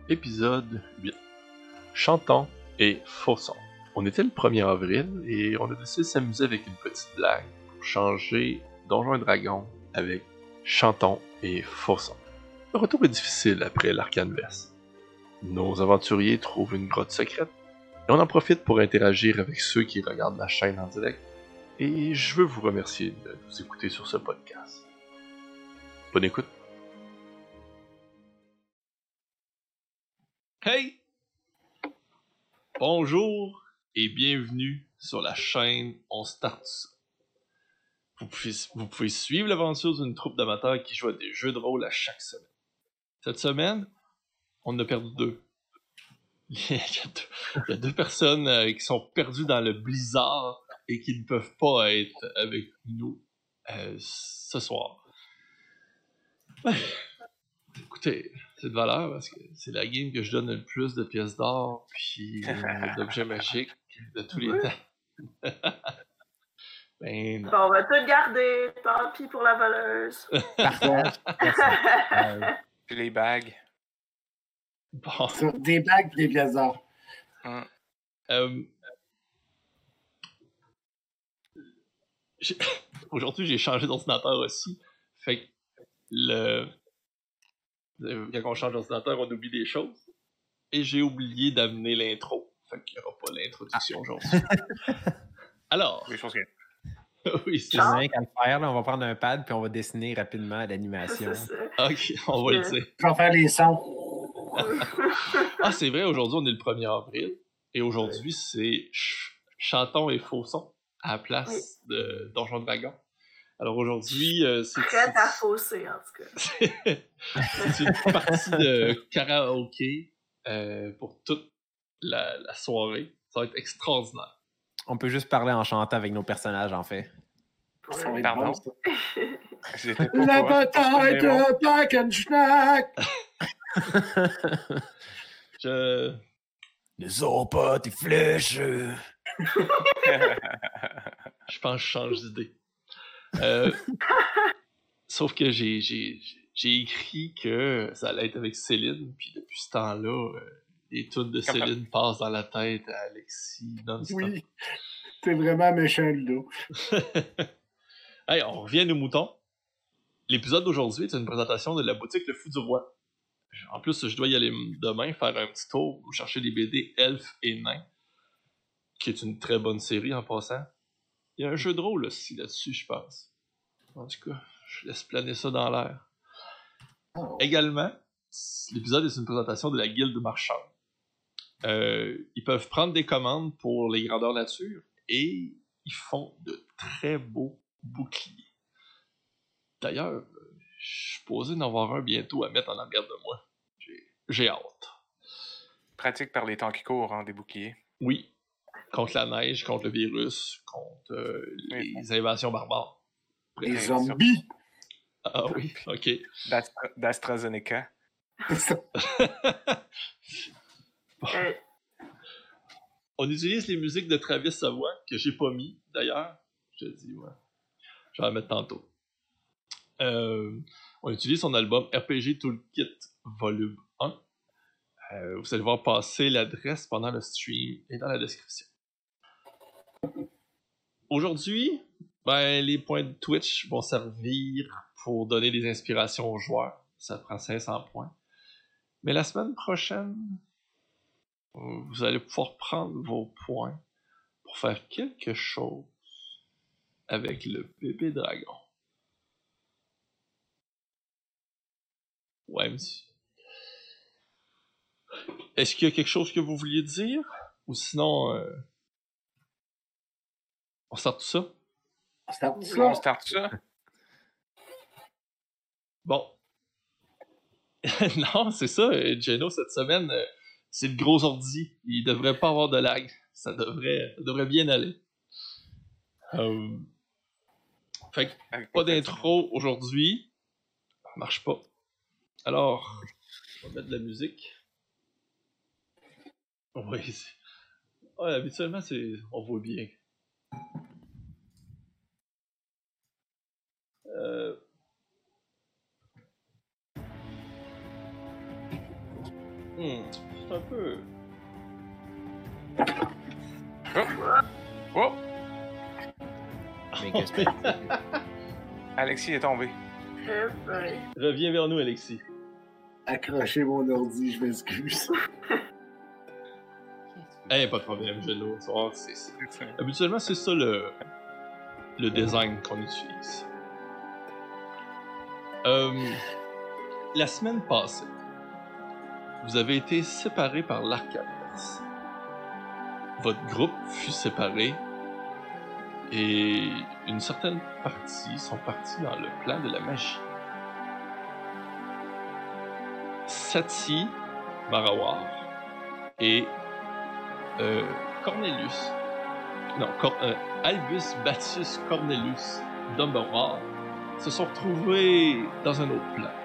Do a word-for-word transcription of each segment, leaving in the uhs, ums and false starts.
Épisode huit. Chantons et faussons. On était le premier avril et on a décidé de s'amuser avec une petite blague pour changer Donjons et Dragons avec Chantons et faussons. Le retour est difficile après l'Arcanverse. Nos aventuriers trouvent une grotte secrète et on en profite pour interagir avec ceux qui regardent la chaîne en direct. Et je veux vous remercier de nous écouter sur ce podcast. Bonne écoute. Hey! Bonjour et bienvenue sur la chaîne On Start Ça. Vous pouvez, vous pouvez suivre l'aventure d'une troupe d'amateurs qui joue à des jeux de rôle à chaque semaine. Cette semaine, on en a perdu deux. Il y a deux, il y a deux personnes euh, qui sont perdues dans le blizzard et qui ne peuvent pas être avec nous euh, ce soir. Écoutez, c'est de valeur parce que c'est la game que je donne le plus de pièces d'or puis euh, d'objets magiques de tous les temps. Ben non. Bon, on va tout garder. Tant pis pour la voleuse. Partage. euh, Puis les bagues. Bon. sur des bagues et des pièces d'or. Hum. Euh, j'ai- Aujourd'hui, j'ai changé d'ordinateur aussi. Fait que le... le- quand on change d'ordinateur, on oublie des choses. Et j'ai oublié d'amener l'intro. Fait qu'il n'y aura pas l'introduction aujourd'hui. Alors, Des choses que... oui, c'est Il y en a ça. un qu'à le faire, là, on va prendre un pad puis on va dessiner rapidement l'animation. C'est ça. Ok, on va le dire. Je vais faire les sons. Ah, c'est vrai, aujourd'hui, on est le premier avril. Et aujourd'hui, c'est ch- Chantons et Faussons à la place de Donjons et Dragons. Alors aujourd'hui, euh, c'est, Prête à c'est, fausser, en tout cas. c'est une partie de karaoké euh, pour toute la, la soirée. Ça va être extraordinaire. On peut juste parler en chantant avec nos personnages, en fait. Ouais. va être Pardon? bon, ça. J'étais pas La au courant. bataille Mais bon. de Blackenschnack! Je... Les autres pas tes flèches! Je pense que je change d'idée. Euh, sauf que j'ai, j'ai, j'ai écrit que ça allait être avec Céline, puis depuis ce temps-là, euh, les tunes de Comme Céline passent dans la tête à Alexis non-stop. Oui, c'est vraiment méchant, Ludo. Hey, on revient aux moutons. L'épisode d'aujourd'hui est une présentation de la boutique Le Fou du Roi. En plus, je dois y aller demain faire un petit tour pour chercher les B D Elfes et Nains, qui est une très bonne série en passant. Il y a un jeu de rôle aussi là-dessus, je pense. En tout cas, je laisse planer ça dans l'air. Oh. Également, l'épisode est une présentation de la Guilde marchande. Euh, ils peuvent prendre des commandes pour les grandeurs nature et ils font de très beaux boucliers. D'ailleurs, je suis posé d'en avoir un bientôt à mettre en arrière de moi. J'ai, j'ai hâte. Pratique par les temps qui courent, hein, des boucliers. Oui, contre la neige, contre le virus, contre euh, les Oui. invasions barbares. Les Bref. zombies! Ah oui, ok. D'Astra- d'AstraZeneca. Bon. Euh, On utilise les musiques de Travis Savoie, que j'ai pas mis d'ailleurs. Je te dis, ouais. Je vais la mettre tantôt. Euh, on utilise son album R P G Toolkit Volume un. Euh, vous allez voir passer l'adresse pendant le stream et dans la description. Aujourd'hui, ben, les points de Twitch vont servir pour donner des inspirations aux joueurs. Ça prend cinq cents points. Mais la semaine prochaine, vous allez pouvoir prendre vos points pour faire quelque chose avec le bébé dragon. Ouais, monsieur. Est-ce qu'il y a quelque chose que vous vouliez dire? Ou sinon, euh, on start tout ça? C'est On start ça? Bon. Non, c'est ça, euh, Geno, cette semaine, euh, c'est le gros ordi. Il devrait pas avoir de lag. Ça devrait, ça devrait bien aller. Euh, Fait que, Avec pas mon d'intro aujourd'hui. Ça marche pas. Alors, on va mettre de la musique. Oui, c'est... Ouais, habituellement, c'est... on voit bien. Euh... Hmm, c'est un peu... Oh! Mais qu'est-ce que Alexis est tombé. Eh ben. Reviens vers nous, Alexis. Accrocher mon ordi, je m'excuse. Eh, pas de problème, Geno. Tu vois, c'est- c'est- Habituellement, c'est ça le, le design qu'on utilise. Euh, la semaine passée, vous avez été séparés par l'Arcaverse. Votre groupe fut séparé et une certaine partie sont partis dans le plan de la magie. Sati, Marawar et euh, Cornelius, non, Cor- euh, Albus Batius Cornelius Dumbledore se sont retrouvés dans un autre plan.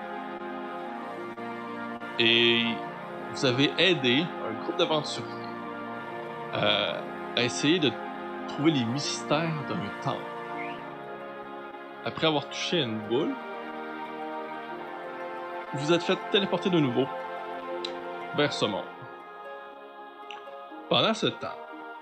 Et vous avez aidé un groupe d'aventuriers euh, à essayer de trouver les mystères d'un temple. Après avoir touché à une boule, vous vous êtes fait téléporter de nouveau vers ce monde. Pendant ce temps,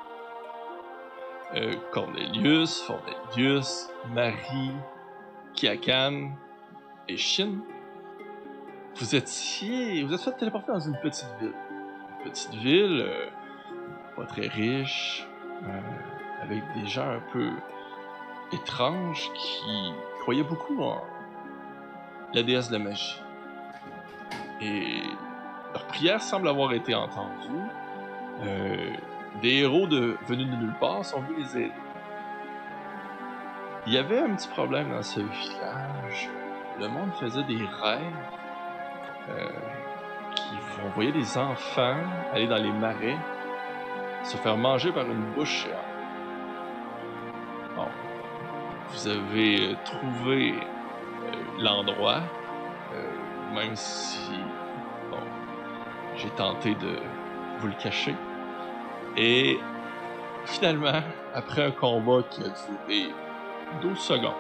euh, Cornelius, Fornelius, Marie, Kiakan et Shin, vous étiez, vous êtes fait téléporter dans une petite ville. Une petite ville, euh, pas très riche, euh, avec des gens un peu étranges qui croyaient beaucoup en la déesse de la magie. Et leur prière semble avoir été entendue. Euh, des héros de, venus de nulle part sont venus les aider. Il y avait un petit problème dans ce village. Le monde faisait des rêves euh, qui envoyaient des enfants aller dans les marais, se faire manger par une bouche géante. Bon, vous avez trouvé euh, l'endroit, euh, même si bon, j'ai tenté de vous le cacher. Et finalement, après un combat qui a duré douze secondes,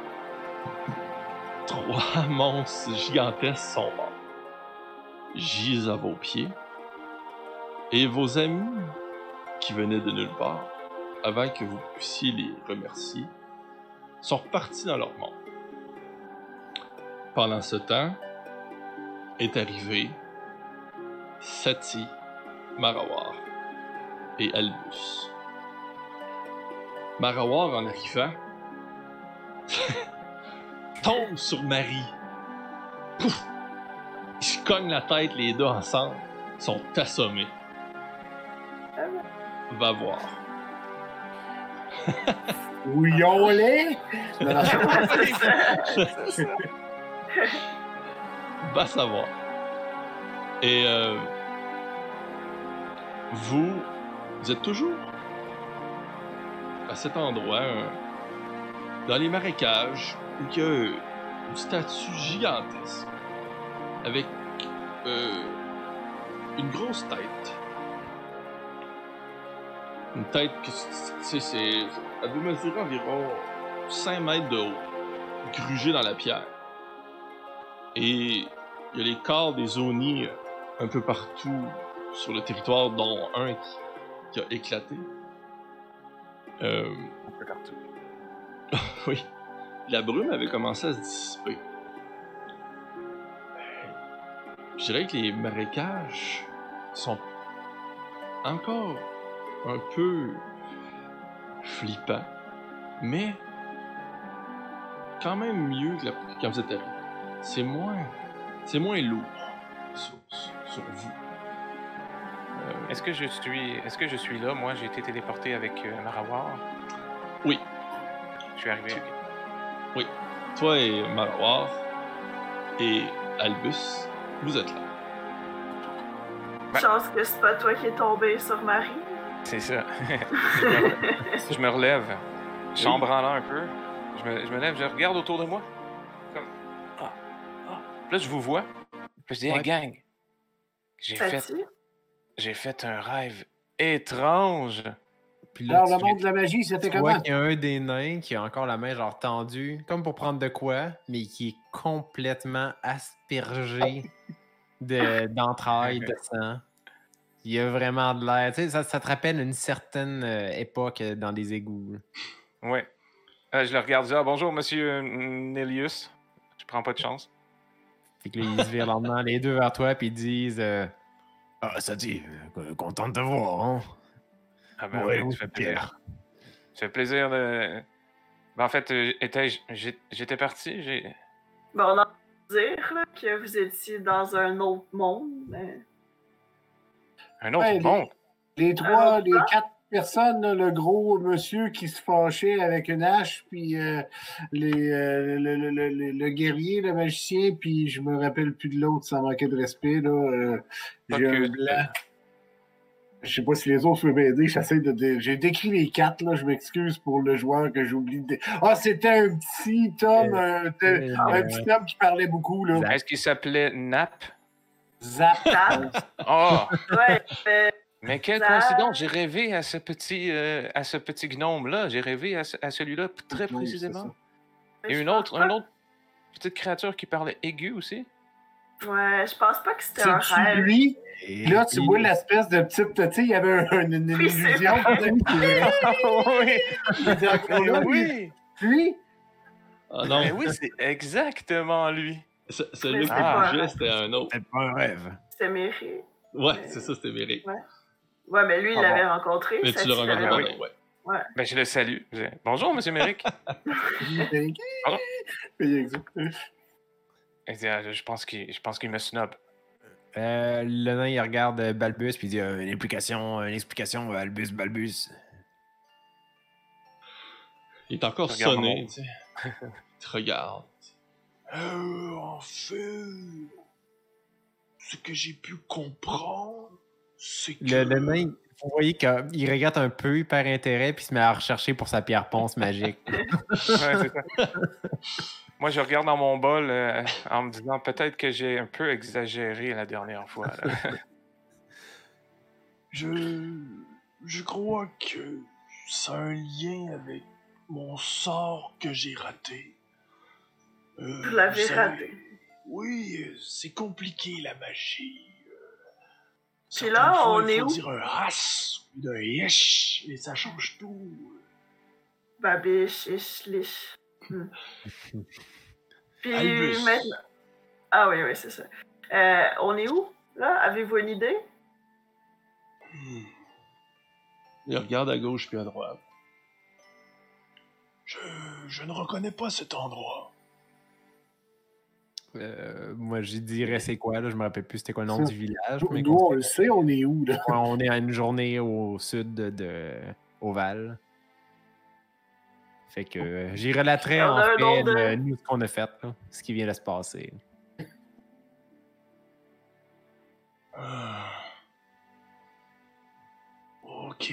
trois monstres gigantesques sont morts. Gisent à vos pieds. Et vos amis qui venaient de nulle part, avant que vous puissiez les remercier, sont repartis dans leur monde. Pendant ce temps, est arrivé Sati, Marawar et Albus. Marawar, en arrivant, tombe sur Marie. Pouf! Ils se cognent la tête les deux ensemble, sont assommés. Va voir. Ouillons-les! Non, non, C'est ça. C'est ça. Va savoir. Et euh, vous, vous êtes toujours à cet endroit, euh, dans les marécages, où il y a une statue gigantesque avec euh, une grosse tête. Une tête qui, tu sais, c'est, elle doit mesurer environ cinq mètres de haut, grugée dans la pierre. Et il y a les corps des Oni un peu partout sur le territoire, dont un qui, qui a éclaté. Euh, Un peu partout. oui. La brume avait commencé à se dissiper. Je dirais que les marécages sont encore un peu flippants, mais quand même mieux que la, quand vous êtes arrivé. C'est moins, c'est moins lourd sur, sur, sur vous. Euh, Est-ce que je suis est-ce que je suis là? Moi, j'ai été téléporté avec euh, Marawar. oui, Je suis arrivé. oui. Toi et Marawar et Albus, vous êtes là. Ben- Chance que c'est pas toi qui es tombé sur Marie. C'est ça. je, me relève, je me relève, chambranlant un peu. Je me, je me lève, je regarde autour de moi. Comme. Ah, ah. Puis là, je vous vois. Puis je dis, hey, Ouais. gang, j'ai fait, Sati? j'ai fait un rêve étrange. Puis là, Alors, le tu, monde de la magie, c'était tu vois comment? qu'il y a un des nains qui a encore la main genre tendue, comme pour prendre de quoi, mais qui est complètement aspergé de- d'entrailles, de sang. Il a vraiment de l'air. Tu sais, ça, ça te rappelle une certaine euh, époque euh, dans des égouts. là. Ouais. Euh, je le regarde, je dis, ah, bonjour, monsieur Nelius. Je prends pas de chance. Fait que là, ils se virent lentement les deux vers toi, puis ils disent euh, Ah, ça dit, euh, content de te voir, hein? Ah ben Ouais, oui, oui, ça fait plaisir. Pierre. Ça fait plaisir de... Ben, en fait, euh, étais-je- j'ai- j'étais parti, j'ai... Bon, on a entendu dire là, que vous étiez dans un autre monde, mais... Un autre Ouais, monde. Les trois, Un les quatre personnes, là, le gros monsieur qui se fâchait avec une hache, puis euh, les, euh, le, le, le, le- le guerrier, le magicien, puis je me rappelle plus de l'autre sans manquer de respect. Là, euh, j'ai Ok. un blanc. Je sais pas si les autres peuvent m'aider. J'essaie de, dé- j'ai décrit les quatre, là. Je m'excuse pour le joueur que j'oublie de. Ah, c'était un petit homme, un, euh, un petit homme qui parlait beaucoup, là. Zach. Est-ce qu'il s'appelait Nap? Zap. Zap. Oh! Ouais, mais Mais quelle Zap. coïncidence! J'ai rêvé à ce petit, euh, à ce petit gnome-là. J'ai rêvé à, ce- à celui-là très Oui, précisément. mais Et je une pense autre, pas- une autre petite créature qui parlait aigu aussi. Ouais, je pense pas que c'était un C'est-tu rêve. lui? Et Là, tu puis- vois l'espèce de petite. Tu sais, il y avait un- une, une Oui, c'est illusion. oui! Là, lui, oui! lui, Ah non, Mais oui, c'est exactement lui. ce- celui qui Mais c'est pas bougeait, un c'était un autre. C'est pas un rêve. C'était Méré. Ouais, c'est ça, c'était Méric. Ouais, mais lui, il Ah l'avait bon. rencontré. Mais ça, tu l'as tu rencontré l'avais- oui. pareil, ouais. Ben, je le salue. Je dis, bonjour, monsieur Méric. Pardon? Il dit, ah, je pense qu'il je pense qu'il me snob. Euh, le nain, il regarde euh, Balbus, puis il dit euh, Une explication, une explication, Balbus, Balbus. Il est encore Regarde sonné, mon- tu sais. Il te regarde. Euh, en fait, ce que j'ai pu comprendre, c'est que... Le, le nain, vous voyez qu'il regarde un peu, il perd intérêt, puis il se met à rechercher pour sa pierre ponce magique. Ouais, c'est ça. Moi, je regarde dans mon bol euh, en me disant peut-être que j'ai un peu exagéré la dernière fois. là. Je... Je crois que ça a un lien avec mon sort que j'ai raté. Euh, Vous l'avez savez, raté. Oui, euh, c'est compliqué la magie. Euh, Puis là, certaines fois, on il est faut où? dire un ras ou d'un yesh et ça change tout. Babiche, ich, lich. Hmm. Puis Albus. maintenant. Ah oui, oui, c'est ça. Euh, on est où, là? Avez-vous une idée? Hmm. Il regarde à gauche puis à droite. Je, je ne reconnais pas cet endroit. Euh, moi, je dirais c'est quoi, là, je me rappelle plus c'était quoi le nom Ça, du village. Mais nous, on le sait, on est où, là? on est à une journée au sud de, de Oval. Fait que euh, j'y relaterai On en a un fait nom de- le- nous, ce qu'on a fait, là, ce qui vient de se passer. Ah. Ok.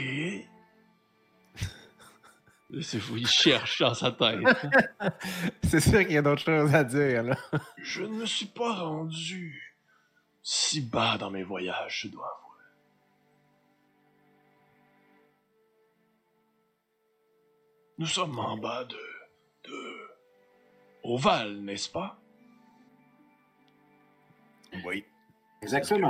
Laissez-vous, il cherche dans sa tête. C'est sûr qu'il y a d'autres choses à dire, là. Je ne me suis pas rendu si bas dans mes voyages, je dois avouer. Nous sommes en bas de... de... Oval, n'est-ce pas? Oui. Exactement.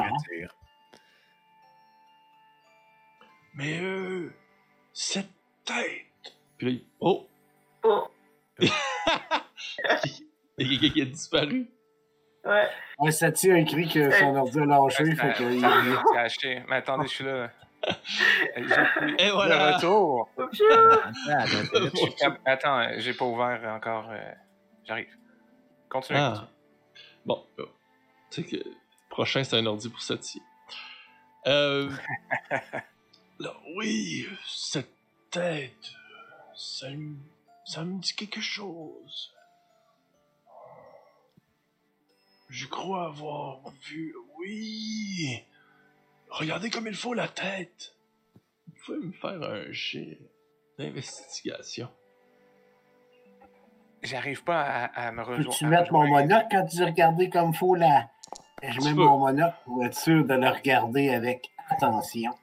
Mais euh... cette tête... Puis là, il- oh! Oh, Il y a quelqu'un qui a disparu. ouais. Ouais, Satie a écrit que son ordi a lâché, Ouais, fait ça- que... ça- il- c'est acheté. Mais attendez, je suis là. J'ai pris Et voilà. le retour. Bonjour. Attends, j'ai pas ouvert encore. euh, J'arrive. Continue. Ah. Bon, euh, tu sais que le prochain, c'est un ordi pour Satie. Euh... là, oui, cette tête, ça, me- ça me dit quelque chose. Je crois avoir vu... Oui! Regardez comme il faut la tête! Vous pouvez me faire un jet d'investigation. J'arrive pas à, à me rejoindre. Peux-tu mettre mon monocle quand tu dis regarder comme faut là? Je mets Tu mon monocle pour être sûr de le regarder avec attention.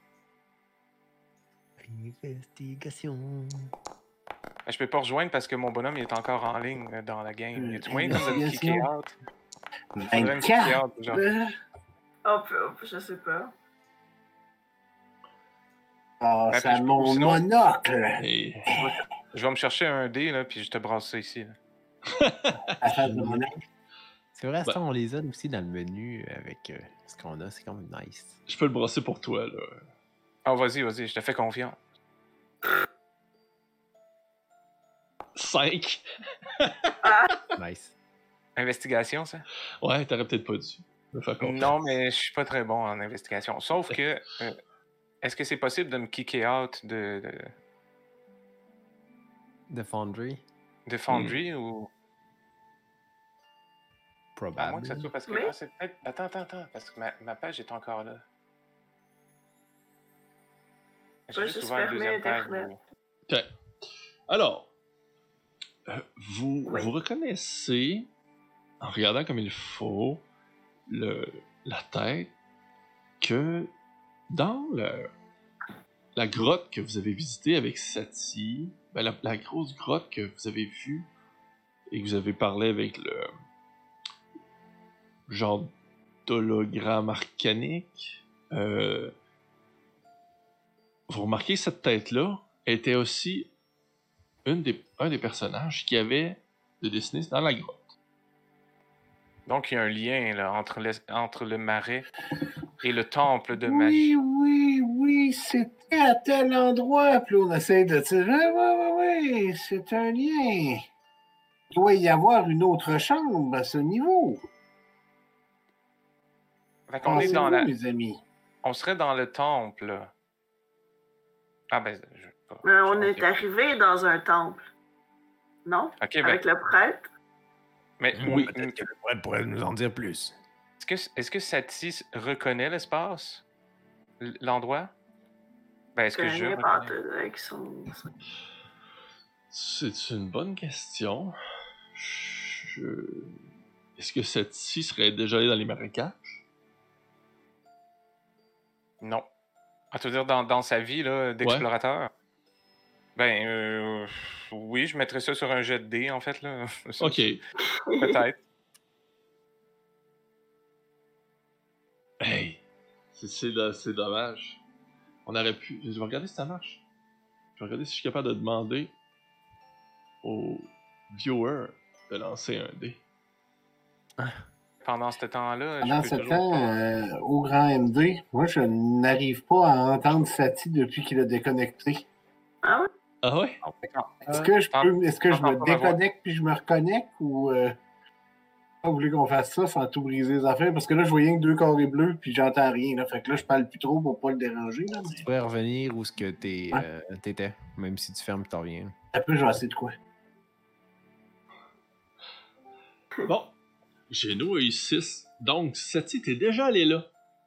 Investigation. Je peux pas rejoindre parce que mon bonhomme il est encore en ligne euh, dans la game. Y a-tu moyen comme de me kicker out? Faudrait me kicker vingt-quatre! out, genre. Euh, Oh, p- oh, je sais pas. Ah, Ben, c'est je- mon sinon- monocle! Et... Je vais me chercher un dé, là, puis je te brasse ça ici. Là. À face de monocle. C'est vrai, ça, Ben- on les a aussi dans le menu avec euh, ce qu'on a. C'est quand même nice. Je peux le brasser pour toi, là. Ah, vas-y, vas-y, je te fais confiance. cinq. Nice. Investigation, ça? Ouais, t'aurais peut-être pas dû me faire confiance. Non, mais je suis pas très bon en investigation. Sauf que, euh, est-ce que c'est possible de me kicker out de, de, The Foundry, de Foundry ou... À moins probablement. que ça soit parce que... Oui. Ah, c'est peut-être... Attends, attends, attends, parce que ma, ma page est encore là. J'ai Ouais, juste juste ouvert une fermer deuxième page. Internet. où- Ok. Alors, euh, vous, Oui. vous reconnaissez, en regardant comme il faut, le, la tête, que dans le, la grotte que vous avez visitée avec Sati, ben la, la grosse grotte que vous avez vue et que vous avez parlé avec le genre d'hologramme arcanique, euh, vous remarquez que cette tête-là était aussi une des, un des personnages qui avait de dessiné dans la grotte. Donc, il y a un lien là, entre, le, entre le marais et le temple de Oui, magie. oui, oui, c'était à tel endroit. Puis là, on essaie de dire, ah, oui, oui, oui, c'est un lien. Il doit y avoir une autre chambre à ce niveau. Fait qu'on est dans Pensez-vous, la... mes amis? On serait dans le temple. là. Ah ben, je... Mais on ok. est arrivé dans un temple. Non? Ok, ben, Avec le prêtre. mais Oui. Peut-être que le prêtre pourrait nous en dire plus. est-ce que, est-ce que Sati reconnaît l'espace? L- L'endroit? Ben, est-ce que je Connais pas reconnais? tout avec son. son- C'est une bonne question. Je... Est-ce que cette ci serait déjà allée dans les marécages? Non. Ah, tu veux dire dans, dans sa vie là, d'explorateur? Ben, euh, oui, je mettrais ça sur un jet de dés, en fait. Là. Ça, Ok. Peut-être. Hey, c'est- c'est do- c'est dommage. On aurait pu. Je vais regarder si ça marche. Je vais regarder si je suis capable de demander au viewer de lancer un dé. Pendant ce temps-là, Pendant je peux ce toujours temps, pas- euh, au grand M D, moi, je n'arrive pas à entendre Sati depuis qu'il a déconnecté. Ah ouais? Ah ouais? Est-ce que je T'en- peux, est-ce que je t'entends me pas ma voix? déconnecte puis je me reconnecte ou euh, vous voulez qu'on fasse ça sans tout briser les affaires? Parce que là, je voyais que deux carrés bleus puis j'entends rien. Là. Fait que là, je parle plus trop pour pas le déranger. Là, mais Tu pourrais revenir où ce que t'es, Ouais. euh, t'étais, même si tu fermes, t'en reviens. après, je vais essayer de quoi. Bon. Géno a eu six. Donc, Sati, t'es déjà allé là.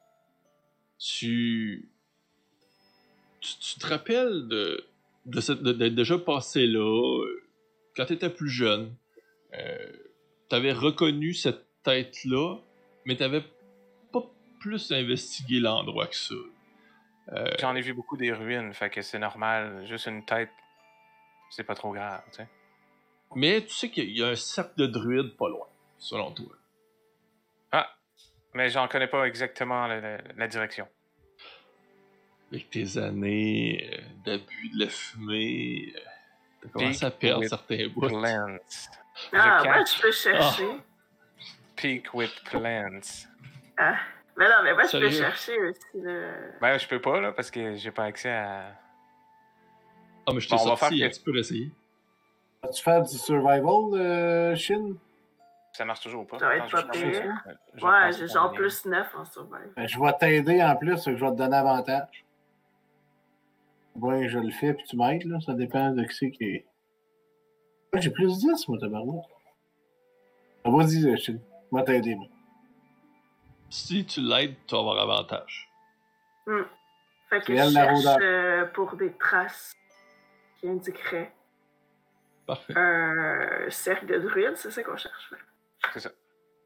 Tu... tu. Tu te rappelles de. de cette- de- d'être déjà passé là. euh, Quand t'étais plus jeune. Euh, T'avais reconnu cette tête-là, mais t'avais pas plus investigué l'endroit que ça. Euh, J'en ai vu beaucoup des ruines, fait que c'est normal. Juste une tête, c'est pas trop grave, tu sais. mais tu sais qu'il y a un cercle de druides pas loin, selon toi. Ah! Mais j'en connais pas exactement la, la- la direction. Avec tes années euh, d'abus de la fumée, euh, t'as commencé à Peak perdre with certains bouts. Plants. Ah, je moi, cache je peux chercher. Peak with Plants. Ah. Mais non, mais moi, je peux Sérieux? chercher aussi. Là. Ben, je peux pas, là, parce que j'ai pas accès à... Ah, mais je t'ai Bon, on va sorti, faire hein, que- tu peux l'essayer. Vas-tu faire du survival, euh, Shin? Ça marche toujours pas. Ça va être Attends, je pas vais chercher pire. ça. Je vais Ouais, passer j'ai ton genre lien. plus neuf en survival. Ben, je vais t'aider en plus, fait que je vais te donner avantage. Ouais, je le fais, puis tu m'aides, là. Ça dépend de qui c'est qui est. Ouais, j'ai plus dix, moi, tabarnak. Ah, vas-y, euh, Shin. Je vais t'aider, moi. Si tu l'aides, tu vas avoir avantage. Hmm. Fait que C'est je elle, la cherche rôdeur. euh, pour des traces qui indiqueraient Parfait. un cercle de druides, c'est ça qu'on cherche. ouais. C'est ça.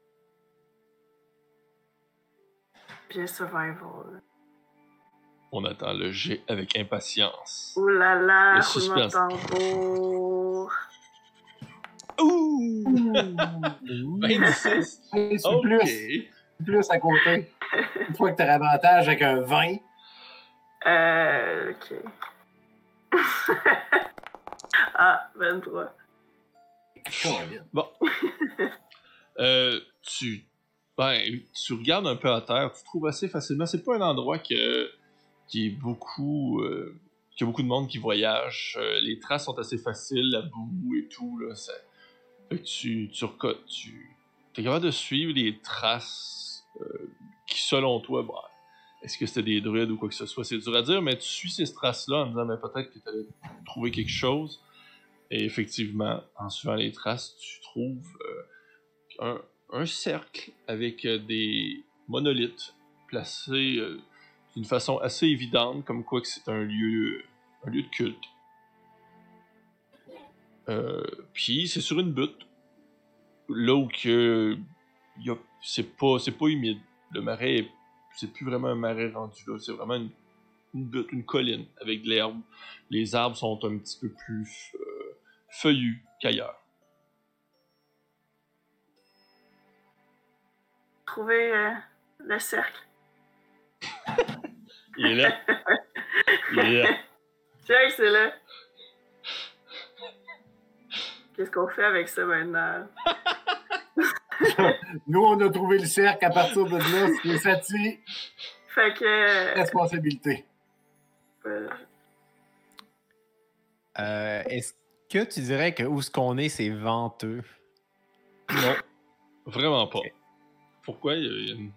Bien survival. On attend le G avec impatience. Ouh là là, Le roulement de suspense. tambour. Ouh! vingt-six! Hey, c'est Ok! plus. plus à côté. Une fois que tu as avantage avec un vingt. Euh, ok. Ah, vingt-trois. Bon. euh, tu, ben, tu regardes un peu à terre, tu trouves assez facilement. C'est pas un endroit que, qui est beaucoup. Euh, qu'il y a beaucoup de monde qui voyage. Euh, les traces sont assez faciles, la boue et tout. Là, ça... Fait que tu, tu, reco- tu es capable de suivre les traces euh, qui, selon toi, bah, est-ce que c'était des druides ou quoi que ce soit, c'est dur à dire, mais tu suis ces traces-là en disant, mais peut-être que tu allais trouver quelque chose. Et effectivement, en suivant les traces, tu trouves euh, un, un cercle avec euh, des monolithes placés euh, d'une façon assez évidente, comme quoi que c'est un lieu, un lieu de culte. Euh, Puis c'est sur une butte, là où que y a, c'est pas c'est pas humide. Le marais, est, c'est plus vraiment un marais rendu là, c'est vraiment une, une butte, une colline avec de l'herbe. Les arbres sont un petit peu plus euh, feuillus qu'ailleurs. Trouver euh, le cercle. Il est là. Il est là. Tiens, c'est là. Qu'est-ce qu'on fait avec ça maintenant? Nous, on a trouvé le cercle à partir de là, c'est Sati. Fait que. Responsabilité. Euh, Euh, Est-ce que tu dirais que où ce qu'on est, c'est venteux? Non, vraiment pas. Pourquoi il y a- il y a une-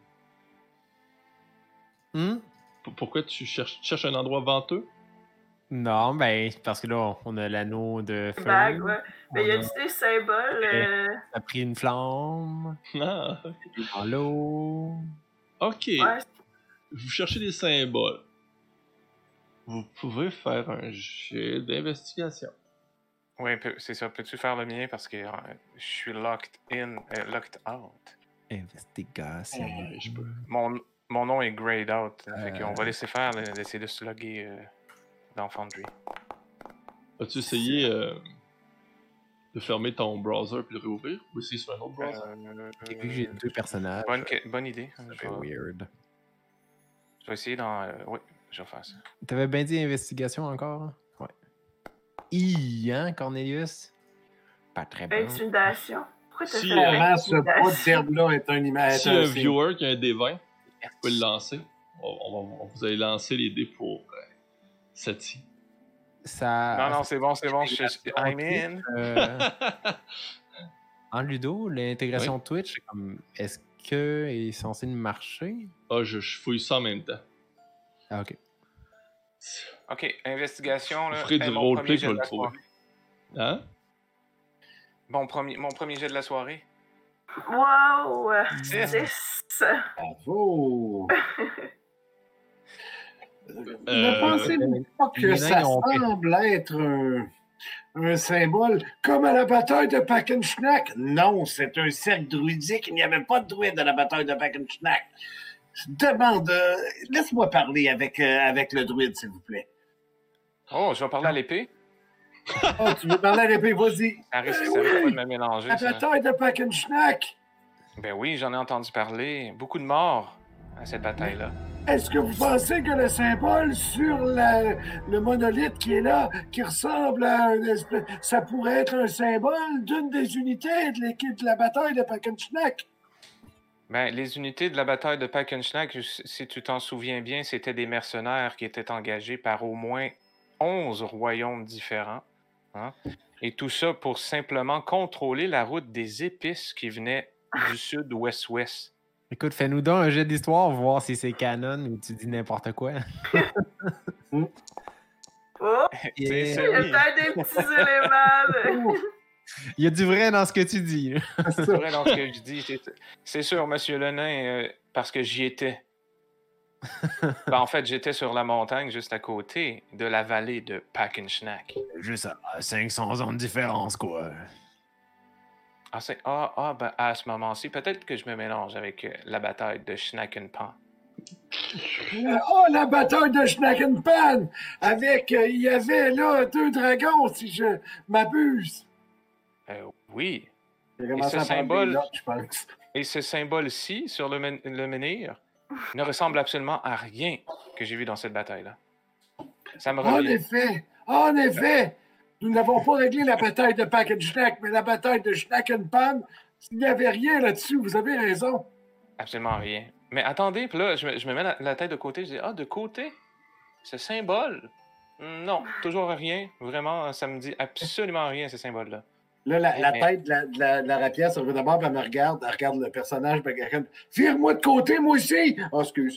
Hmm? P- Pourquoi tu cherches, tu cherches un endroit venteux? Non, ben, parce que là, on a l'anneau de feu. bague, ouais. Mais y On a-tu des symboles? Euh... a pris une flamme Ah, dans l'eau. ok. Ouais, Vous cherchez des symboles. Vous pouvez faire un jet d'investigation. Oui, peu- c'est ça. Peux-tu faire le mien parce que euh, je suis locked in, euh, locked out. Investigation. Ouais, je peux. Mon, mon nom est grayed out. Fait Euh. qu'on va laisser faire, là, essayer de se loguer euh, dans Foundry. As-tu essayé euh, de fermer ton browser puis le réouvrir? Ou essayer sur un autre browser? Euh, J'ai vu que j'ai deux personnages. bonne, que- bonne idée. Ça Je fait vais, weird. je vais essayer dans. euh, oui, je vais faire ça. T'avais bien dit investigation encore? Ouais. I, hein, Cornelius? Pas très bon. intimidation. Pourquoi t'as Si, fait euh, Clairement, ce pot intimidation? d'herbe-là est un image. Si un viewer qui a un dé vingt, vous pouvez le lancer. On, on va, on- vous allez lancer les dés pour euh, Sati. Ça, non, non, c'est bon, c'est bon. Je, je- l'intégration I'm Twitch, in. euh, en Ludo, l'intégration Oui. Twitch, comme, est-ce que est censé marcher? Ah, je, je fouille ça en même temps. Ah, ok. Ok, investigation. Vous Là, ferez du Hey, mon roleplay premier jet pour de le la trouver. soirée. Hein? Bon, premier, mon premier jet de la soirée. Wow! Six. six. Bravo! Ne Euh, pensez-vous pas que les ça nains ont fait- semble être un, un symbole comme à la bataille de Packenschnack? Non, c'est un cercle druidique. Il n'y avait pas de druide à la bataille de Packenschnack. Je demande... euh, laisse-moi parler avec, euh, avec le druide, s'il vous plaît. Oh, je vais parler à l'épée. Oh, tu veux parler à l'épée? Vas-y. Ça risque, Eh ça risque oui! pas de me mélanger. La Ça. bataille de Packenschnack! Ben oui, j'en ai entendu parler. Beaucoup de morts à cette bataille-là. Est-ce que vous pensez que le symbole sur la- le monolithe qui est là, qui ressemble à un espèce... ça pourrait être un symbole d'une des unités de l'équipe de la bataille de Packenschnack? Ben, les unités de la bataille de Packenschnack, si tu t'en souviens bien, c'était des mercenaires qui étaient engagés par au moins onze royaumes différents. Hein? Et tout ça pour simplement contrôler la route des épices qui venaient du sud-ouest-ouest. Écoute, fais-nous donc un jet d'histoire, voir si c'est canon ou tu dis n'importe quoi. Oh! C'est Il y a celui. peut-être des petits éléments. de- Il y a du vrai dans ce que tu dis. là. C'est vrai dans ce que je dis. C'est- C'est sûr, Monsieur le nain, euh, parce que j'y étais. Ben, en fait, j'étais sur la montagne juste à côté de la vallée de Packenschnack. Juste à cinq cents ans de différence, quoi. Ah, c'est... ah, ah, ben, à ce moment-ci, peut-être que je me mélange avec euh, la bataille de Schnackenpan. Euh, oh, la bataille de Schnackenpan! Avec, euh, il y avait là deux dragons, si je m'abuse. Euh, oui. J'ai Et commencé ce à prendre symbole- des notes, je pense. Et ce symbole-ci, sur le, men- le menhir, ne ressemble absolument à rien que j'ai vu dans cette bataille-là. Ça me En revient. effet, en effet, nous n'avons pas réglé la bataille de Pack and Schnack, mais la bataille de Schnack and Pan, il n'y avait rien là-dessus, vous avez raison. Absolument rien. Mais attendez, puis là, je me, je me mets la, la tête de côté, je dis, ah, de côté? Ce symbole? Non, toujours rien. Vraiment, ça me dit absolument rien, ce symbole-là. Là, la, la Mais- tête de la, de la, de la rapière se revient d'abord, puis elle me regarde, elle regarde le personnage, puis elle regarde, vire-moi de côté, moi aussi! Oh, excuse.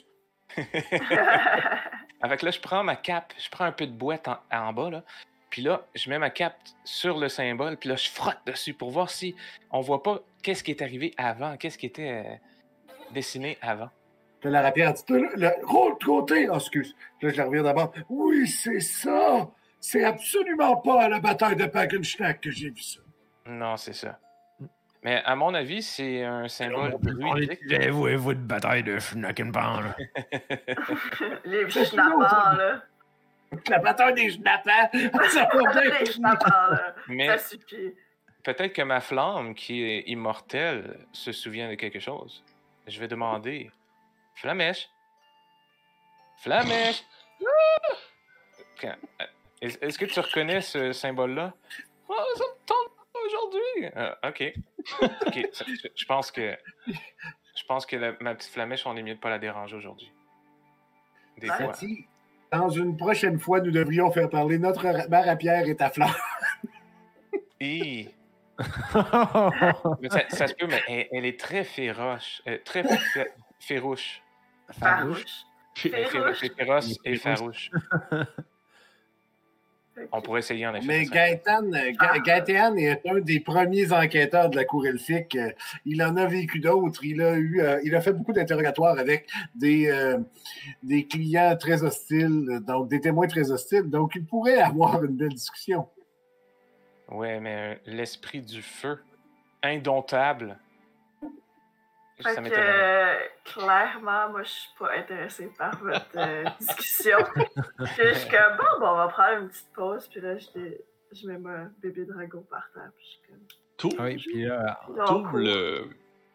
Avec là, je prends ma cape, je prends un peu de boîte en, en bas, là. Puis là, je mets ma cape sur le symbole, puis là, je frotte dessus pour voir si on voit pas qu'est-ce qui est arrivé avant, qu'est-ce qui était euh, dessiné avant. Puis la rapière dit, le, le, roule de côté! Oh, excuse. Puis là, je la reviens d'abord. Oui, c'est ça! C'est absolument pas à la bataille de Pack and Schnack que j'ai vu ça. Non, c'est ça. Mais à mon avis, c'est un symbole druidique. Vous et vous de bataille de Schnack and Pan, là. Les C'est schnappants, une là. La bataille des schnappants! Ça va bien. Les schnappants, là. Mais Ça suffit. peut-être que ma flamme, qui est immortelle, se souvient de quelque chose. Je vais demander. Flamèche! Flamèche! Quand- Est- Est-ce que tu reconnais ce symbole-là? Oh, ça me tente pas aujourd'hui! Euh, ok. Ok. Ça- Je, je pense que. Je pense que la- ma petite flamèche, on est mieux de pas la déranger aujourd'hui. Des Ouais. fois. Cathy, dans une prochaine fois, nous devrions faire parler notre ra- ma rapière et ta flamme. Hi. Mais ça, ça se peut, mais elle, elle est très féroce. euh, très fé- férouche. Farouche. Elle est féro- Férouche. c'est féroce et Férouche. farouche. On pourrait essayer en effet. Mais ça serait- Gaëtan, euh, Ga- Gaëtan est un des premiers enquêteurs de la Cour elfique. Euh, Il en a vécu d'autres. Il a eu, euh, il a fait beaucoup d'interrogatoires avec des, euh, des clients très hostiles, donc des témoins très hostiles. Donc, il pourrait avoir une belle discussion. Ouais, mais euh, l'esprit du feu, indomptable. Fait Ça que, m'étonnerait. euh, clairement, moi, je suis pas intéressée par votre euh, discussion. Puis je suis comme, bon, bon, on va prendre une petite pause. Puis là, je, dé- je mets mon bébé dragon par terre. Puis je suis comme, Tout, Oui, puis là, puis là, on tout court. le.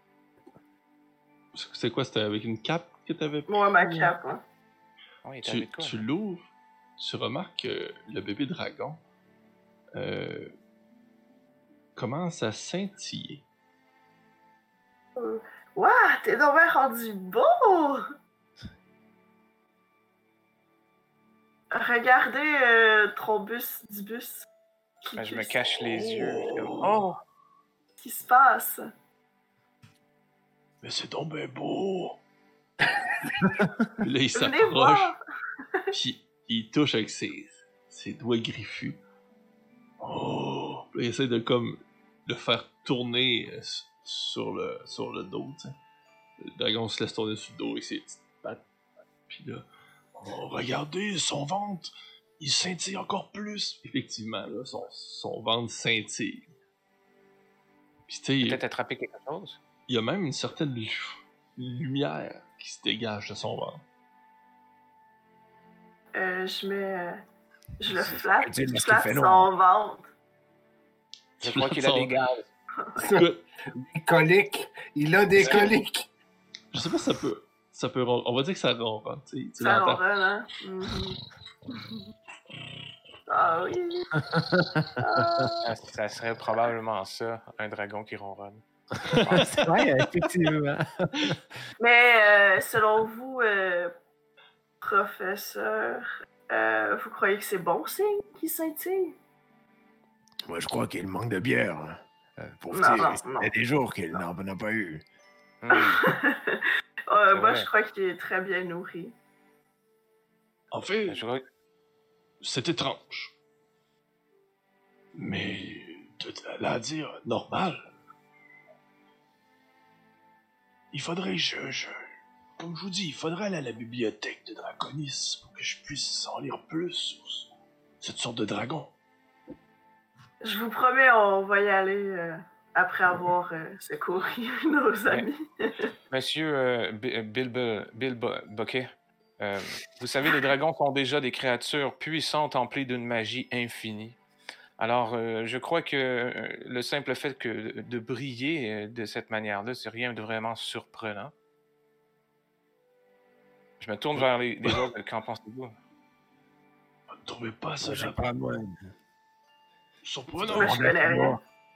C'est quoi? C'était avec une cape que t'avais pris? Moi, ma cape, hein. Ouais, il est Tu, arrivé de quoi, tu là? l'ouvres, tu remarques que le bébé dragon euh, commence à scintiller. Waouh, t'es donc bien rendu beau! Regardez euh, Trombus Dibus. qui- Ben, je me qui- cache les yeux. Je suis comme, oh! Qu'est-ce qui se passe? Mais c'est donc ben beau! Puis là, il Venez s'approche, voir! puis il touche avec ses, ses doigts griffus. Oh! Puis là, il essaie de comme le faire tourner euh, s- sur le, sur le dos, tu sais. Le dragon se laisse tourner sur le dos avec ses petites pattes. Puis là, oh, regardez son ventre! Il scintille encore plus! Effectivement, là, son, son ventre scintille. Puis tu sais, il- Peut-être attraper quelque chose? il y a même une certaine lu- lumière qui se dégage de son ventre. Euh, je mets. euh, je le flatte. Dis-le, Je ce qu'il flatte fait son noir. ventre. Je crois qu'il a des gaz. Écoute, Des coliques. Il a des coliques. je sais pas si ça peut. Ça peut ron- on va dire que ça ronronne, tu sais. Tu Ça l'entends. ronronne, hein? Mhm. Ah oui! Ah. Ça, ça serait probablement ça, un dragon qui ronronne. c'est vrai, effectivement. Mais euh, selon vous, euh, professeur, euh, vous croyez que c'est bon signe qu'il scintille? Moi, je crois qu'il manque de bière. hein. Euh, Pour Non, non, ça non. fait des jours qu'il n'en n'en a pas eu. Hmm. Euh, moi, vrai. je crois qu'il est très bien nourri. En fait, Je crois- c'est étrange. Mais de là à dire normal. Il faudrait que je, je. Comme je vous dis, il faudrait aller à la bibliothèque de Draconis pour que je puisse en lire plus sur cette sorte de dragon. Je vous promets, on va y aller euh, après avoir euh, secouru nos amis. Monsieur euh, Bi- Bill, Bill, Bill Bo- Bokeh, euh, vous savez, les dragons sont déjà des créatures puissantes emplies d'une magie infinie. Alors, euh, je crois que euh, le simple fait que de briller euh, de cette manière-là, c'est rien de vraiment surprenant. Je me tourne vers les, les autres. Qu'en pensez-vous? Vous ne trouvez pas ça, Moi, j'ai Japon? pas moi. Surprenant. Moi, je connais rien.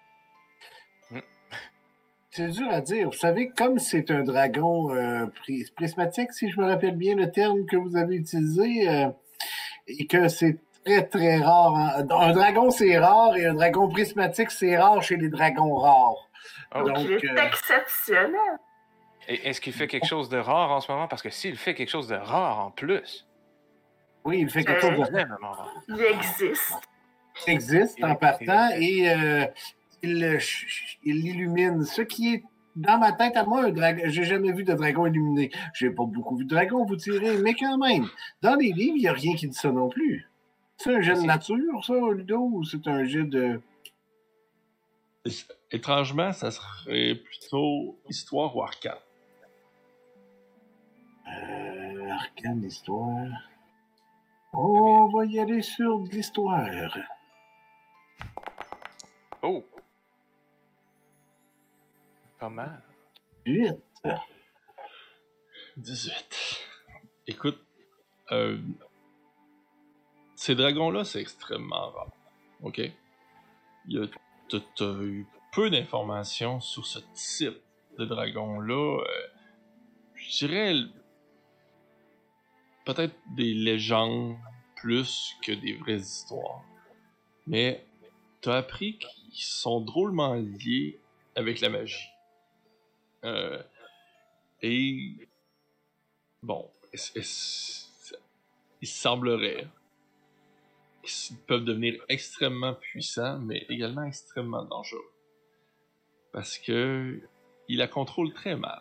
C'est dur à dire. Vous savez, comme c'est un dragon euh, pris- prismatique, si je me rappelle bien le terme que vous avez utilisé, euh, et que c'est très, très rare. hein. Un dragon, c'est rare, et un dragon prismatique, c'est rare chez les dragons rares. Oh. Donc, il est euh, exceptionnel. Et est-ce qu'il fait quelque chose de rare en ce moment? Parce que s'il fait quelque chose de rare en plus, oui, il fait quelque Euh, chose de vraiment rare. Il existe. qui existe Il en est- partant, il est- et euh, il, euh, ch- ch- il l'illumine. Ce qui est dans ma tête, à moi, un dragon. J'ai jamais vu de dragon illuminé. J'ai pas beaucoup vu de dragon, vous direz, mais quand même, dans les livres, il n'y a rien qui dit ça non plus. C'est un jet de C'est- nature, ça, Ludo, ou c'est un jet de. Étrangement, ça serait plutôt histoire ou arcane. Euh, arcane d'histoire. Oh, on va y aller sur de l'histoire. Oh! Pas mal. Huit. dix-huit. Écoute, euh, ces dragons-là, c'est extrêmement rare. OK? Il y a, t'as, t'as eu peu d'informations sur ce type de dragon-là. Euh, je dirais peut-être des légendes plus que des vraies histoires. Mais t'as appris qu'ils sont drôlement liés avec la magie. Euh, et bon, est- est- il semblerait qu'ils peuvent devenir extrêmement puissants, mais également extrêmement dangereux. Parce que ils la contrôlent très mal.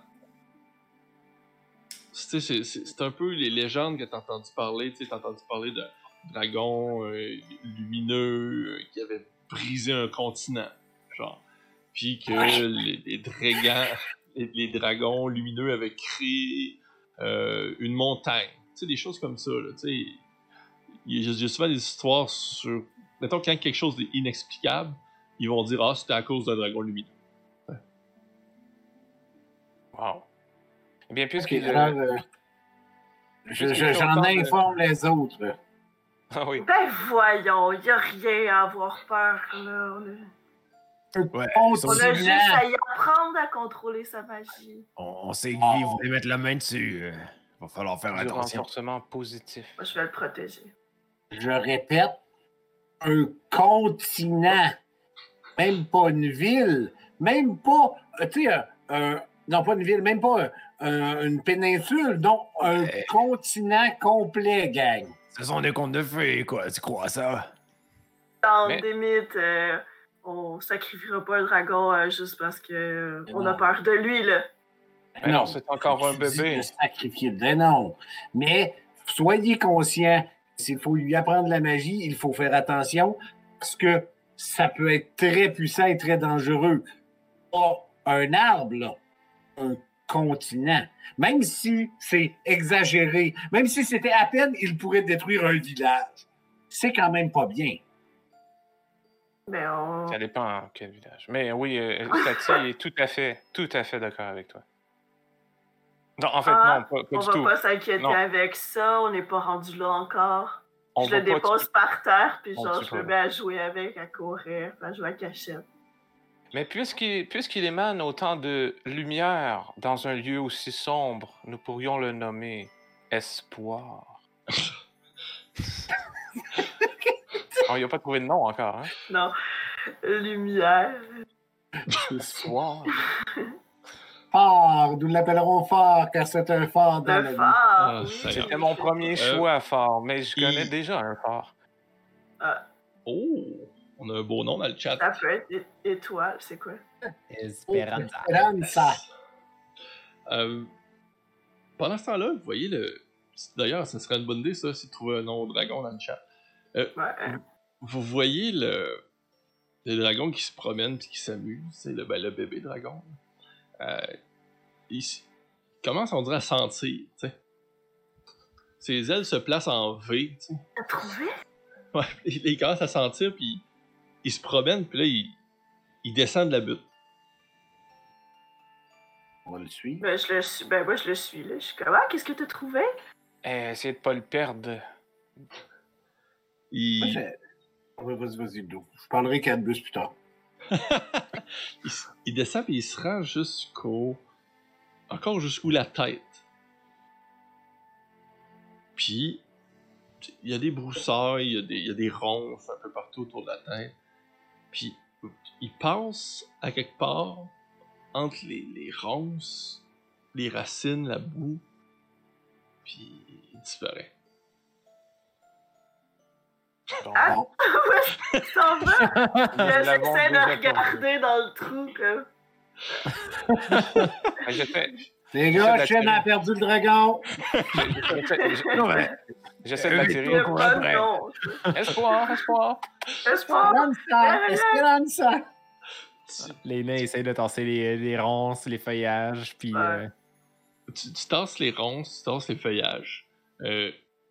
C'est, c'est, c'est, c'est un peu les légendes que t'as entendu parler. Tu sais, t'as entendu parler d'un dragon euh, lumineux euh, qui avait brisé un continent, genre. Puis que les, les dragons, les, les dragons lumineux avaient créé euh, une montagne. Tu sais, des choses comme ça, là. Tu sais, il y, a- il y a souvent des histoires sur... Mettons, quand quelque chose est inexplicable, ils vont dire « Ah, c'était à cause d'un dragon lumineux. Wow. Eh bien, Ok, puisqu'il... alors, euh, je- puisqu'il je- fait j'en autant de- informe les autres. Ah oui. Ben voyons, il n'y a rien à avoir peur, là. On a, Ouais, On on a Continent. juste à y apprendre à contrôler sa magie. on, on sait que lui, vous voulez mettre la main dessus. euh, Va falloir faire Du attention. renforcement positif. Moi, je vais le protéger. Je répète, un continent, même pas une ville, même pas, euh, tu sais, un- un- non pas une ville, même pas un- un- une péninsule, non, un Euh. continent complet, gang. Ce sont des contes de fées, quoi. Tu crois ça? Dans Mais- des mythes, euh, on sacrifiera pas un dragon euh, juste parce que euh, on a Non. peur de lui, là. Mais non, c'est encore un Tu dis bébé. de sacrifier, ben non. Mais soyez conscients, s'il faut lui apprendre la magie, il faut faire attention parce que ça peut être très puissant et très dangereux. Pas un arbre, là, un continent. Même si c'est exagéré, même si c'était à peine, il pourrait détruire un village. C'est quand même pas bien. Mais on. Ça dépend quel village. Mais oui, euh, Tati est tout à fait, tout à fait d'accord avec toi. Non, en fait, Ah, non, pas, pas On du va tout. pas s'inquiéter Non. avec ça, on n'est pas rendu là encore. On je va le pas dépose par terre, puis on genre, tue je pas. me mets à jouer avec, à courir, à jouer à cachette. Mais puisqu'il puisqu'il émane autant de lumière dans un lieu aussi sombre, nous pourrions le nommer Espoir. On n'y a pas trouvé de nom encore, hein? Non, lumière. Espoir. Phare, nous l'appellerons phare car c'est un phare dans la Le vie. phare, Ah, oui. ça y est. C'était mon premier Euh, choix fort, mais je connais il- déjà un phare. Ah, Oh! On a un beau nom dans le chat. ça peut être é- étoile, c'est quoi? Esperanza. Esperanza. Euh, pendant ce temps-là, vous voyez le. D'ailleurs, ce serait une bonne idée, ça, si tu trouvais un nom au dragon dans le chat. Ouais. hein. Vous voyez le, le dragon qui se promène puis qui s'amuse, c'est le, ben, le bébé dragon. Euh, il s- commence, on dirait, à sentir, tu sais. Ses ailes se placent en V, tu sais. T'as trouvé? Ouais, il, il commence à sentir, puis il se promène, puis là, il, il descend de la butte. On va le suivre. Ben, je le suis. Ben, moi, je le suis, là. Je suis comme, ah, qu'est-ce que t'as trouvé? Eh, essayez de pas le perdre. Il, Moi, j'ai- Ouais, vas-y, vas-y, Bdo. Je parlerai quatre bus plus tard. il, s- il descend, puis il se rend jusqu'au... Encore jusqu'où la tête. Puis, il y a des broussailles, il y a des, il y a des ronces un peu partout autour de la tête. Puis, il passe à quelque part entre les, les ronces, les racines, la boue, puis il disparaît. Bon, Ah! Bon. Où est-ce qu'il s'en va? nous l'avons J'essaie déjà de regarder dans le trou, comme. perdu. Ben, J'essaie Les gars, J'essaie Chen a perdu le dragon. j'essaie- Non, mais- j'essaie de Euh, Il y l'attirer. a courant pas de après. nom. Espoir, espoir. Espoir! Esperanza, Esperanza. Tu, Les nains essayent de tasser les, les ronces, les feuillages, puis... Ouais. euh, tu, tu tasses les ronces, tu tasses les feuillages. Euh,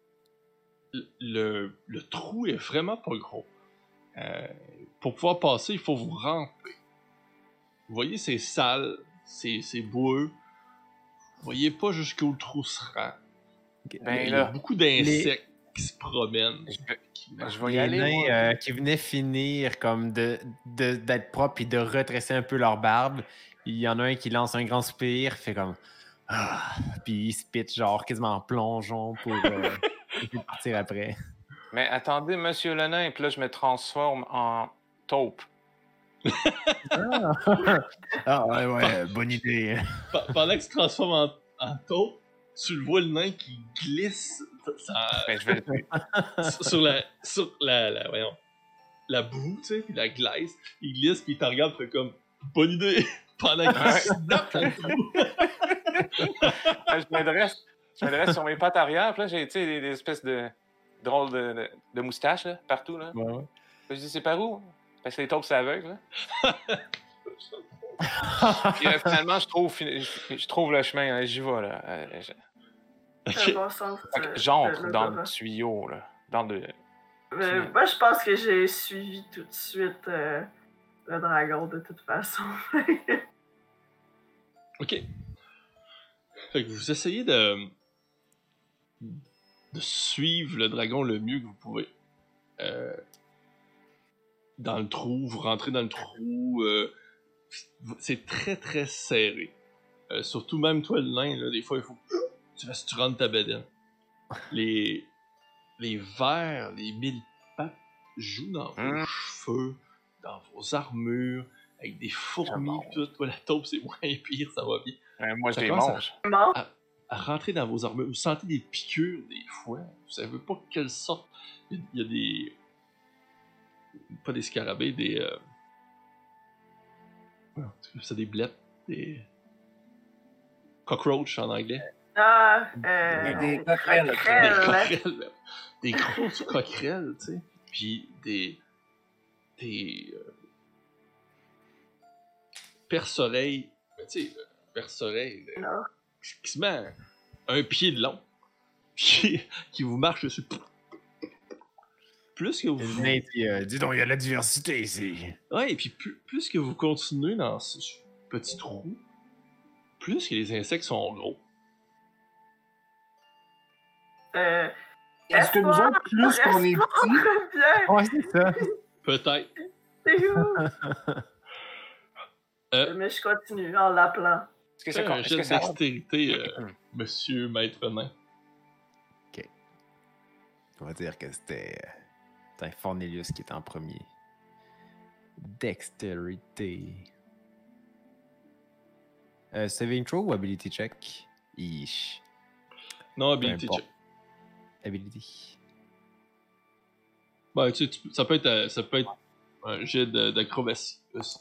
le, le trou est vraiment pas gros. Euh, pour pouvoir passer, il faut vous ramper. Vous voyez, c'est sale, c'est, c'est boueux. Vous voyez pas jusqu'où le trou se rend. Ben il y a là, beaucoup d'insectes qui se promènent. je vais, qui- je vais y les aller. nains moi. euh, qui venaient finir comme de, de- d'être propres et de retresser un peu leur barbe. Il y en a un qui lance un grand soupir, fait comme ah, puis il se pitch genre quasiment en plongeon pour euh, essayer de partir après. Mais attendez, monsieur le nain, puis là, je me transforme en taupe. Ah, ah ouais, ouais, bonne idée. Pe- Pendant que tu te transformes en, en taupe, tu le vois le nain qui glisse ça- Ben, je vais le tuer. sur sur la, sur la, la, voyons, la boue, tu sais, puis la glace. Il glisse, puis il te regarde, fait comme bonne idée. Pendant qu'il Ouais. se snap dans le trou. Ben, je me dresse, je me dresse sur mes pattes arrière, puis là, j'ai tu sais, des, des espèces de drôles de, de, de moustaches là, partout. Là. Ouais, ouais. Je dis, c'est par où? Parce que les taupes, c'est aveugle. Là. Puis euh, finalement, je trouve, je, je trouve le chemin, là, j'y vais. Là. Euh, je- C'est Ok. un bon sens. Fait que euh, J'entre de dans l'odorat. le tuyau, là. Dans le. Mais moi, je pense que j'ai suivi tout de suite euh, le dragon de toute façon. Ok. Fait que vous essayez de de suivre le dragon le mieux que vous pouvez. Euh, dans le trou, vous rentrez dans le trou. euh, c'est très très serré. Euh, surtout même toi le nain, là, des fois il faut que tu fasses tu rentres ta bedaine. Les les vers, les mille pattes jouent dans vos Mm. cheveux, dans vos armures, avec des fourmis, mange. tout. Ouais, la taupe c'est moins pire, ça va bien. Euh, moi, je Ça les commence à- mange. Bon, à rentrer dans vos armures. Vous sentez des piqûres des fois. Vous savez pas quelle sorte. Il y a, il y a des. Pas des scarabées, des. Euh... ouais, c'est des blettes, des. Cockroach en anglais. ah, euh, Des coquerelles. Des coquerelles. coquerelles, même. Des grosses coquerelles, tu sais. Puis des. Des. Euh... perce-oreilles. Mais tu sais, euh, perce-oreilles. euh, Non. qui se met un, un pied de long, qui, qui vous marche dessus. Plus que Le vous. nain dit, euh, dis donc, il y a de la diversité ici. Ouais, et puis plus, plus que vous continuez dans ce petit trou, plus que les insectes sont gros. Euh, Est-ce que nous autres, plus qu'on est petits, Bien, Ouais, c'est ça. Peut-être. c'est où? Euh, Mais je continue en l'appelant. Est-ce que Fais ça. un Est-ce jet que de ça... dextérité, euh, monsieur maître nain. On va dire que c'était euh, c'était Fornelius qui était en premier. Dextérité. Euh, saving throw ou ability check? Ish. Non, ability importe. check. Ability. Ben, tu sais, tu peux- ça peut être, euh, ça peut être un jet de- d'acrobatie aussi.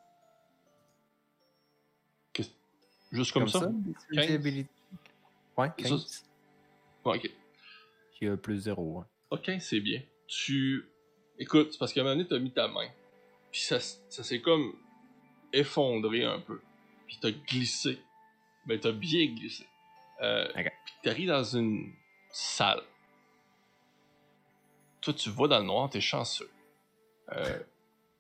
Qu'est-ce- Juste comme, ça? Dexterity, quinze. ability. Ouais, Ça, quinze. Ouais, ok. Il y a plus zéro. Hein. Ok, c'est bien. Tu. Écoute, c'est parce qu'à un moment donné, t'as mis ta main. Puis ça, s- ça s'est comme effondré un peu. Puis t'as glissé. Mais t'as bien glissé. Euh, Ok. Puis t'arrives dans une salle. Toi, tu vois dans le noir, t'es chanceux. Euh,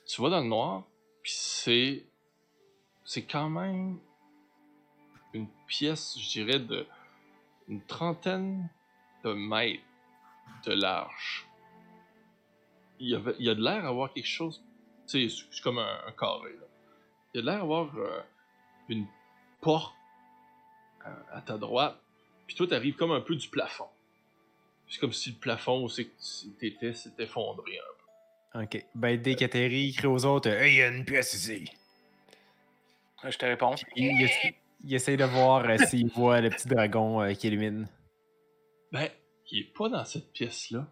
tu vas dans le noir, puis c'est. C'est quand même une pièce, je dirais, de une trentaine de mètres de large. Il y a, il y a de l'air d'avoir quelque chose. Tu sais, c'est comme un, un carré, là. Il y a de l'air d'avoir euh, une porte à, à ta droite, puis toi, t'arrives comme un peu du plafond. C'est comme si le plafond où c'est que t'étais s'était effondré un peu. Ok. Ben, dès qu'atterrit, il crie aux autres Hey, il y a une pièce ici. Je te réponds. Il, il, essa- il essaye de voir euh, s'il voit le petit dragon euh, qui illumine. Ben, il est pas dans cette pièce-là.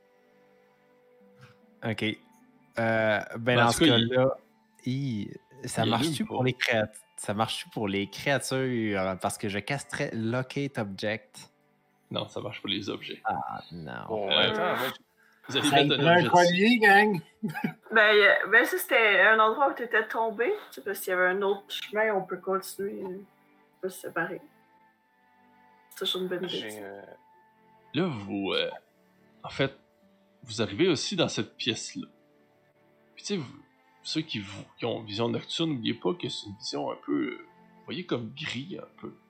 Ok. Euh, ben, Ben, dans en ce tout cas, il- cas-là, il- ça il marche-tu allume pour pas. les créatures? Ça marche-tu pour les créatures? euh, Parce que je casterais Locate Object. Non, ça marche pour les objets. Ah, non. Bon, Euh, attends, moi, Vous allez Ça mettre lui un prend un objet dessus. collier, gang. Ben, y a- ben ça, c'était un endroit où tu étais tombé. Tu sais, parce qu'il y avait un autre chemin, on peut continuer. On peut se séparer. C'est toujours une bonne idée. j'ai. ça. euh, Là, vous. euh, en fait, vous arrivez aussi dans cette pièce-là. Puis, tu sais, vous- ceux qui, vous, qui ont vision nocturne, n'oubliez pas que c'est une vision un peu. euh, vous voyez comme gris un peu.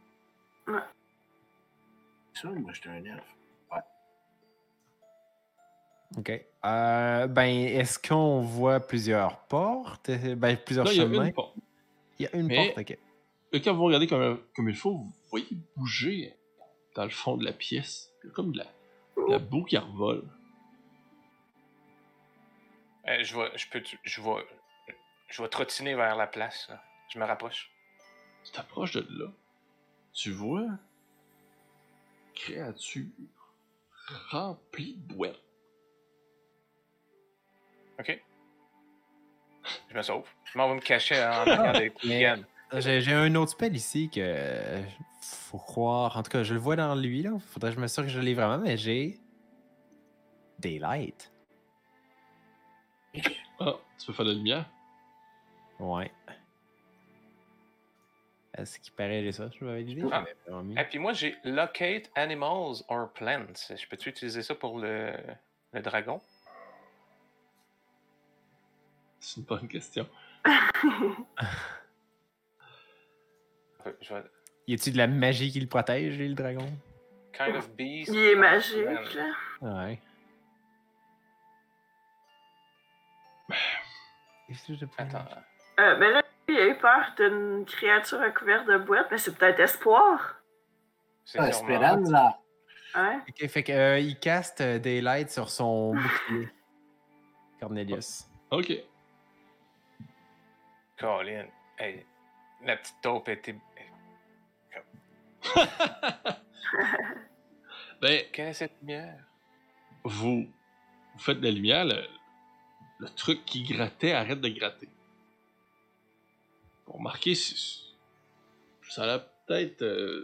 Ça, moi, j'étais un elfe. Ok. Euh, ben, est-ce qu'on voit plusieurs portes? Ben, plusieurs Là, il y a chemins? une porte. Il y a une Mais- porte, ok. Et quand vous regardez comme, comme il faut, vous voyez bouger dans le fond de la pièce. Il y a comme de la, de la boue qui revole. euh, je vais. Je peux. Je vais. Je vais trottiner vers la place. Là. Je me rapproche. Tu t'approches de là. Tu vois une créature remplie de boîtes. Ok. Je me sauve. Je m'en vais me cacher en arrière des hooligans. J'ai j'ai un autre spell ici que euh, faut croire. En tout cas, je le vois dans lui, là. Faudrait que je me sûre que je l'ai vraiment, mais j'ai Daylight. Ah, tu peux faire de la lumière? Ouais. Est-ce qu'il paraît j'ai ça? Je vais valider. Ah. J'avais vraiment mis. Et puis moi, j'ai Locate Animals or Plants. Je peux-tu utiliser ça pour le, le dragon? C'est une bonne question. Euh, Je vais... Y a-tu de la magie qui le protège, lui, le dragon? Kind of beast. Il est magique, Man. là. Ouais. Est-ce que je peux- Attends. Euh, ben là, il a eu peur d'une créature recouverte de boîtes, mais c'est peut-être espoir. C'est Ah, sûrement- Esperanza. Hein? Ok, fait que euh, il caste euh, Daylight sur son bouclier. Cornelius. Ok. Colin. Hey, la petite taupe était. Ben, Quelle est cette lumière? vous, vous faites de la lumière, le, le truc qui grattait arrête de gratter. Vous remarquez, c'est- ça a peut-être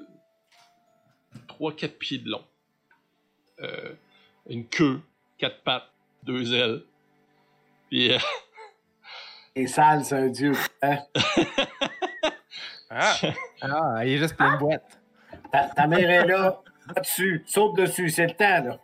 trois quatre pieds de long. Euh, une queue, quatre pattes, deux ailes. Puis, euh, Et sale, c'est un dieu. Hein? Ah! Ah, il est juste plein de boîtes. Ta, ta mère est là. Va dessus. Saute dessus. C'est le temps, là.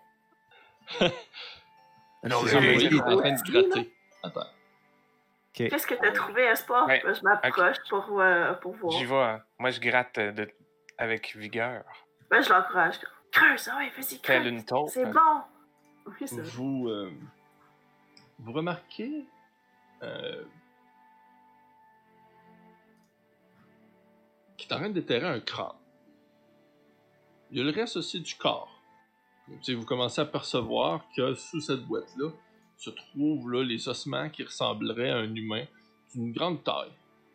Non, c'est ça, vous mais- voyez, il est en train de gratter. Attends. Ok. Qu'est-ce que t'as trouvé, espoir? Ouais. Ben, je m'approche pour, euh, pour voir. J'y vais. hein. Moi, je gratte euh, de... avec vigueur. Ben, je l'encourage. Creuse, ah ouais, vas-y, Telle creuse. une taupe. C'est hein. bon. Oui, c'est vrai. Vous, euh, vous remarquez euh, qu'il est en train de déterrer un crâne. Il y a le reste aussi du corps. Tu sais, vous commencez à percevoir que sous cette boîte-là se trouvent là, les ossements qui ressembleraient à un humain d'une grande taille.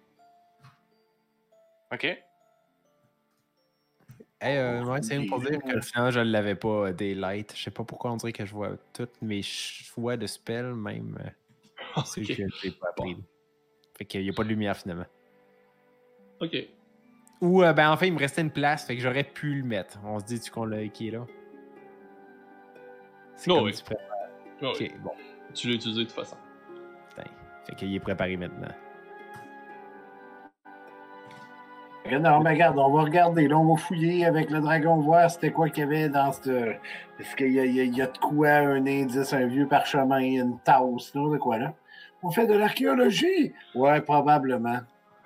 Ok. Hey, euh, ouais, c'est pour dire que finalement, je l'avais pas, euh, Daylight. Je sais pas pourquoi on dirait que je vois toutes mes choix de spells, même euh, ceux Ok. que j'ai pas appris. Fait qu'il y a pas de lumière finalement. Ok. Ou, euh, ben, en fait, il me restait une place, fait que j'aurais pu le mettre. On se dit-tu qu'on l'a qui est là? C'est Oh comme oui. tu préfères. Ah oui, Ok, bon. tu l'as utilisé de toute façon. Putain. Fait qu'il est préparé maintenant. Non, mais regarde, on va regarder. Là, on va fouiller avec le dragon, voir c'était quoi qu'il y avait dans cette. Est-ce qu'il y, a- il y a- il y a de quoi, un indice, un vieux parchemin, une tasse, là, de quoi là? On fait de l'archéologie? Ouais, probablement.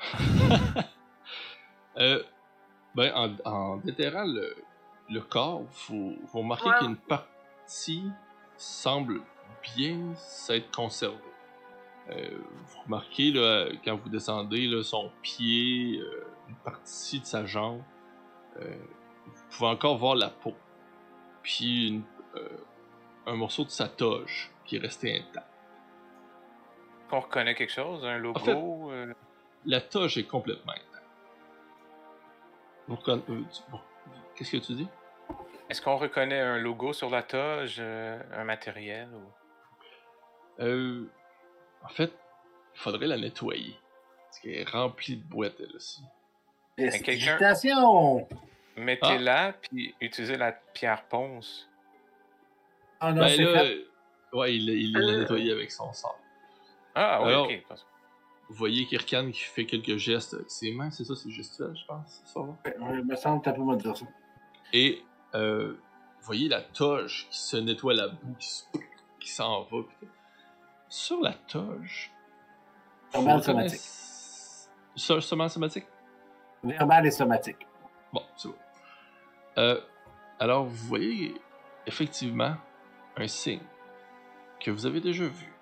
euh, ben, en, en déterrant le, le corps, vous, vous remarquez Ouais. qu'une partie semble bien s'être conservée. Euh, vous remarquez, là, quand vous descendez, là, son pied, euh, une partie de sa jambe, euh, vous pouvez encore voir la peau. Puis une, euh, un morceau de sa toge qui est resté intact. On reconnaît quelque chose, un logo. En fait, euh... La toge est complètement intacte. Vous reconna- euh, tu- bon, Qu'est-ce que tu dis? Est-ce qu'on reconnaît un logo sur la toge, euh, un matériel ou... Euh, en fait, il faudrait la nettoyer. Parce qu'elle est remplie de boîtes, elle aussi. quelqu'un- Félicitations! Mettez-la, puis utilisez la pierre ponce. Ah non, Ben c'est là, fait. euh, ouais, il il l'a Euh. nettoyé avec son sort. Ah, oui, Alors- ok. Vous voyez Kirkan qui fait quelques gestes avec ses mains, c'est ça, c'est gestuel, je pense, c'est ça, va? Ouais, il me semble que t'as pas me dire ça. Et euh, vous voyez la toge qui se nettoie la boue, qui, se- qui s'en va. pis tout. Sur la toge. vous Verbal reconnaissez- somatique. Sur seulement somatique? Verbal et somatique. Bon, c'est bon. Euh, alors, vous voyez effectivement un signe que vous avez déjà vu.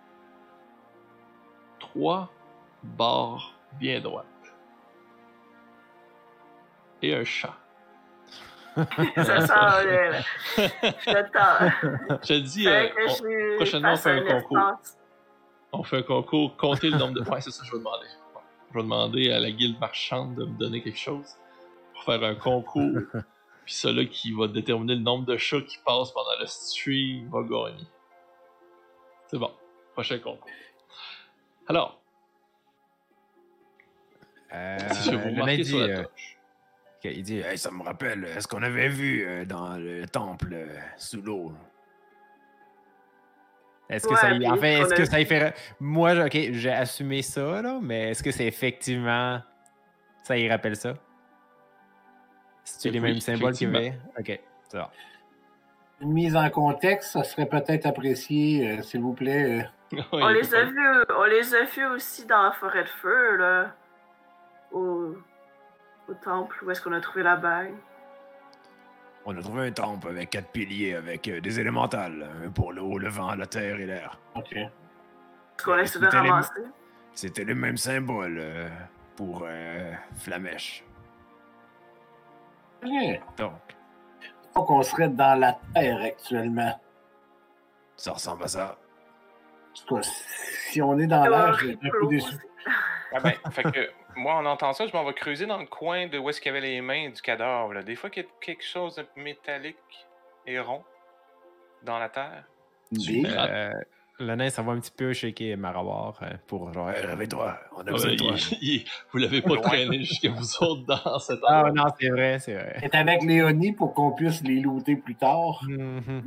Trois barres bien droites. Et un chat. Ça sent bien, là. Je t'en. Je te dis, euh, Fait que on- je prochainement, on fasse fait un concours. espace. On fait un concours, compter le nombre de... Ouais, c'est ça que je vais demander. Je vais demander à la guilde marchande de me donner quelque chose pour faire un concours. Puis celui qui va déterminer le nombre de chats qui passent pendant le stream va gagner. C'est bon. Prochain concours. Alors, Euh, si je vous le nain remarquez dit, sur la euh, touche. ok, il dit hey, ça me rappelle euh, ce qu'on avait vu euh, dans le temple euh, sous l'eau. Est-ce que Ouais, ça y... En puis fait, on est-ce a- que ça y fait. Moi, ok, j'ai assumé ça, là, mais est-ce que c'est effectivement. Ça y rappelle ça? C'est-tu les Oui, mêmes symboles qu'il y effectivement. avait? Ok, c'est bon. Une mise en contexte, ça serait peut-être apprécié, euh, s'il vous plaît. euh. Ouais, On il y a les pas a de- vus, on les a vus aussi dans la forêt de feu, là. Au, au temple où est-ce qu'on a trouvé la bague. On a trouvé un temple avec quatre piliers, avec euh, des élémentales, un pour l'eau, le vent, la terre et l'air. OK. Ce qu'on Euh, essaie de c'était les- ramasser. C'était le même symbole euh, pour euh, Flamèche. Bien. Donc, Je crois qu'on serait dans la terre actuellement. ça ressemble à ça. En tout cas, si on est dans l'air, je vais être un peu déçu. Ah ben, fait que moi, en entendant ça, je m'en vais creuser dans le coin de où est-ce qu'il y avait les mains du cadavre. Là. Des fois qu'il y a quelque chose de métallique et rond dans la terre. B. Ah. Euh, le nain, ça va un petit peu shaker Marawar euh, pour genre, hey, réveille-toi, on a Ah, besoin ben, de toi. il- il- vous l'avez pas Loin. traîné jusqu'à vous autres dans cet Ah endroit. non, c'est vrai, c'est vrai. est avec Léonie pour qu'on puisse les looter plus tard. Mhm.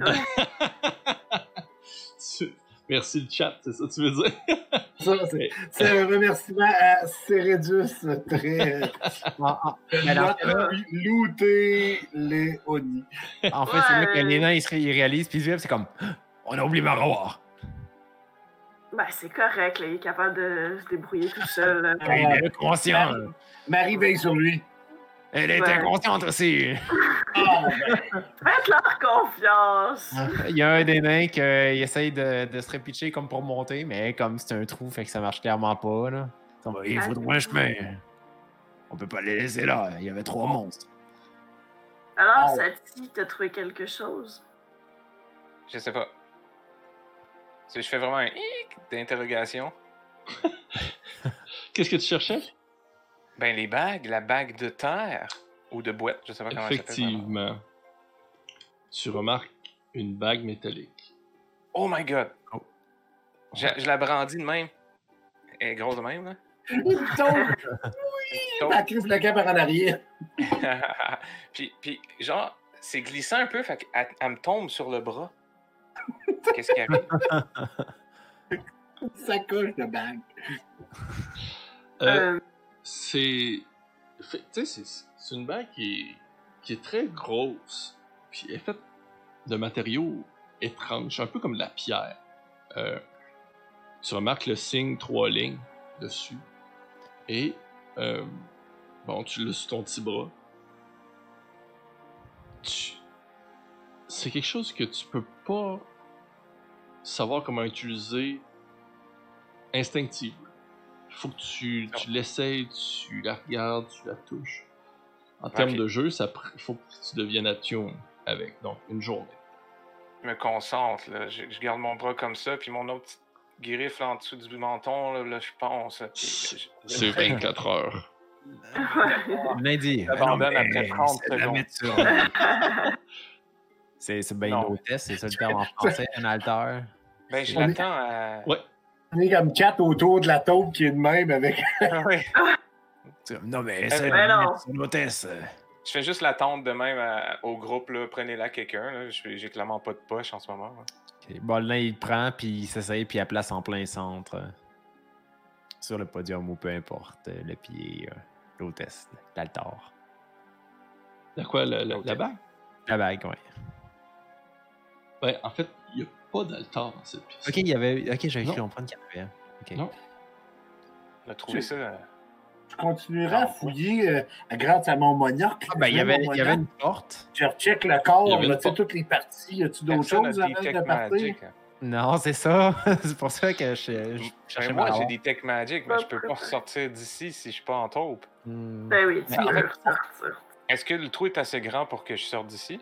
Tu- Merci le chat, c'est ça que tu veux dire? Ça, c'est, c'est un remerciement à Cérédus très. Ah, ah, mais dans ce cas-là, Looter Léonie. en fait, c'est là que Ouais. les nains, ils, se- ils réalisent, puis ils se lèvent, c'est comme, on a oublié Marawar. Ben, c'est correct, là. Il est capable de se débrouiller tout seul. là. Ah, il est inconscient. Marie, Marie veille sur lui. Elle est Ouais. inconsciente aussi. Ah, ben, Faites-leur confiance. Il y a un des nains qui euh, il essaye de, de se repitcher comme pour monter, mais comme c'est un trou, fait que ça marche clairement pas. Là. Ça va, il faut trouver un chemin. On peut pas les laisser là. Il y avait trois monstres. Alors, Oh. Sati, t'as trouvé quelque chose? Je sais pas. Si je fais vraiment un hic d'interrogation. Qu'est-ce que tu cherchais? Ben, les bagues, la bague de terre ou de boîte, je sais pas comment elle s'appelle. vraiment. Effectivement. Tu remarques une bague métallique. Oh my god! Oh. Je, je la brandis de même. Elle est grosse de même, là. il tombe. Donc, La crise le cap par en arrière. puis, puis, genre, c'est glissant un peu, fait qu'elle elle me tombe sur le bras. Qu'est-ce qui arrive? Ça coche de bague. Euh, Euh, c'est. fait- Tu sais, c'est- c'est une bague qui est, qui est très grosse. Puis elle est faite de matériaux étranges, un peu comme de la pierre. Euh, tu remarques le signe trois lignes dessus. Et, euh, bon, tu l'as sur ton petit bras. Tu... C'est quelque chose que tu peux pas savoir comment utiliser instinctivement. Il faut que tu, tu l'essayes, tu la regardes, tu la touches. En termes Ok. de jeu, ça pr- il faut que tu deviennes attune avec, donc une journée. Je me concentre, là. Je, je garde mon bras comme ça, puis mon autre petite griffe là, en dessous du menton, là, là je pense. Puis je- je- C'est vingt-quatre heures. Lundi. J'abandonne après trente c'est de la secondes. mettre sur- C'est c'est bien Non. une hôtesse, c'est ça le terme en français, un alter. Ben, je On est- l'attends à. Ouais. On est comme quatre autour de la taupe qui est de même avec. Oui. C'est comme, non, mais ça, c'est ben non. une hôtesse. Je fais juste l'attendre de même à- au groupe, là. Prenez-la quelqu'un, là. Je- J'ai clairement pas de poche en ce moment. là. Ok, Bon, là, il le prend, puis il s'essaye, puis il la place en plein centre. euh, Sur le podium ou peu importe, euh, le pied, euh, l'hôtesse, l'altar. De quoi, le- le- Ok. la bague? La bague, ouais. Ouais, en fait, il n'y a pas d'altar dans cette pièce. Ok, il y avait. Ok, j'avais Non. cru comprendre qu'il y en avait. Ok. Non. On a trouvé Tu- ça. euh, Je continuerai à fouiller euh, grâce à mon monocle. Ah, ben, il y Je mets avait, mon il y avait monocle, une porte. Je recheck le Il y corps, avait une là, tu sais, porte. toutes les parties. Y a-tu d'autres Personne choses a avant Detect de partir? Magic. Non, c'est ça. c'est pour ça que je, je Ben, cherchais moi, ma j'ai raison. Detect Magic, mais je peux pas sortir d'ici si je suis pas en taupe. Hmm. Ben oui, tu Mais en peux fait, ressortir. Est-ce que le trou est assez grand pour que je sorte d'ici?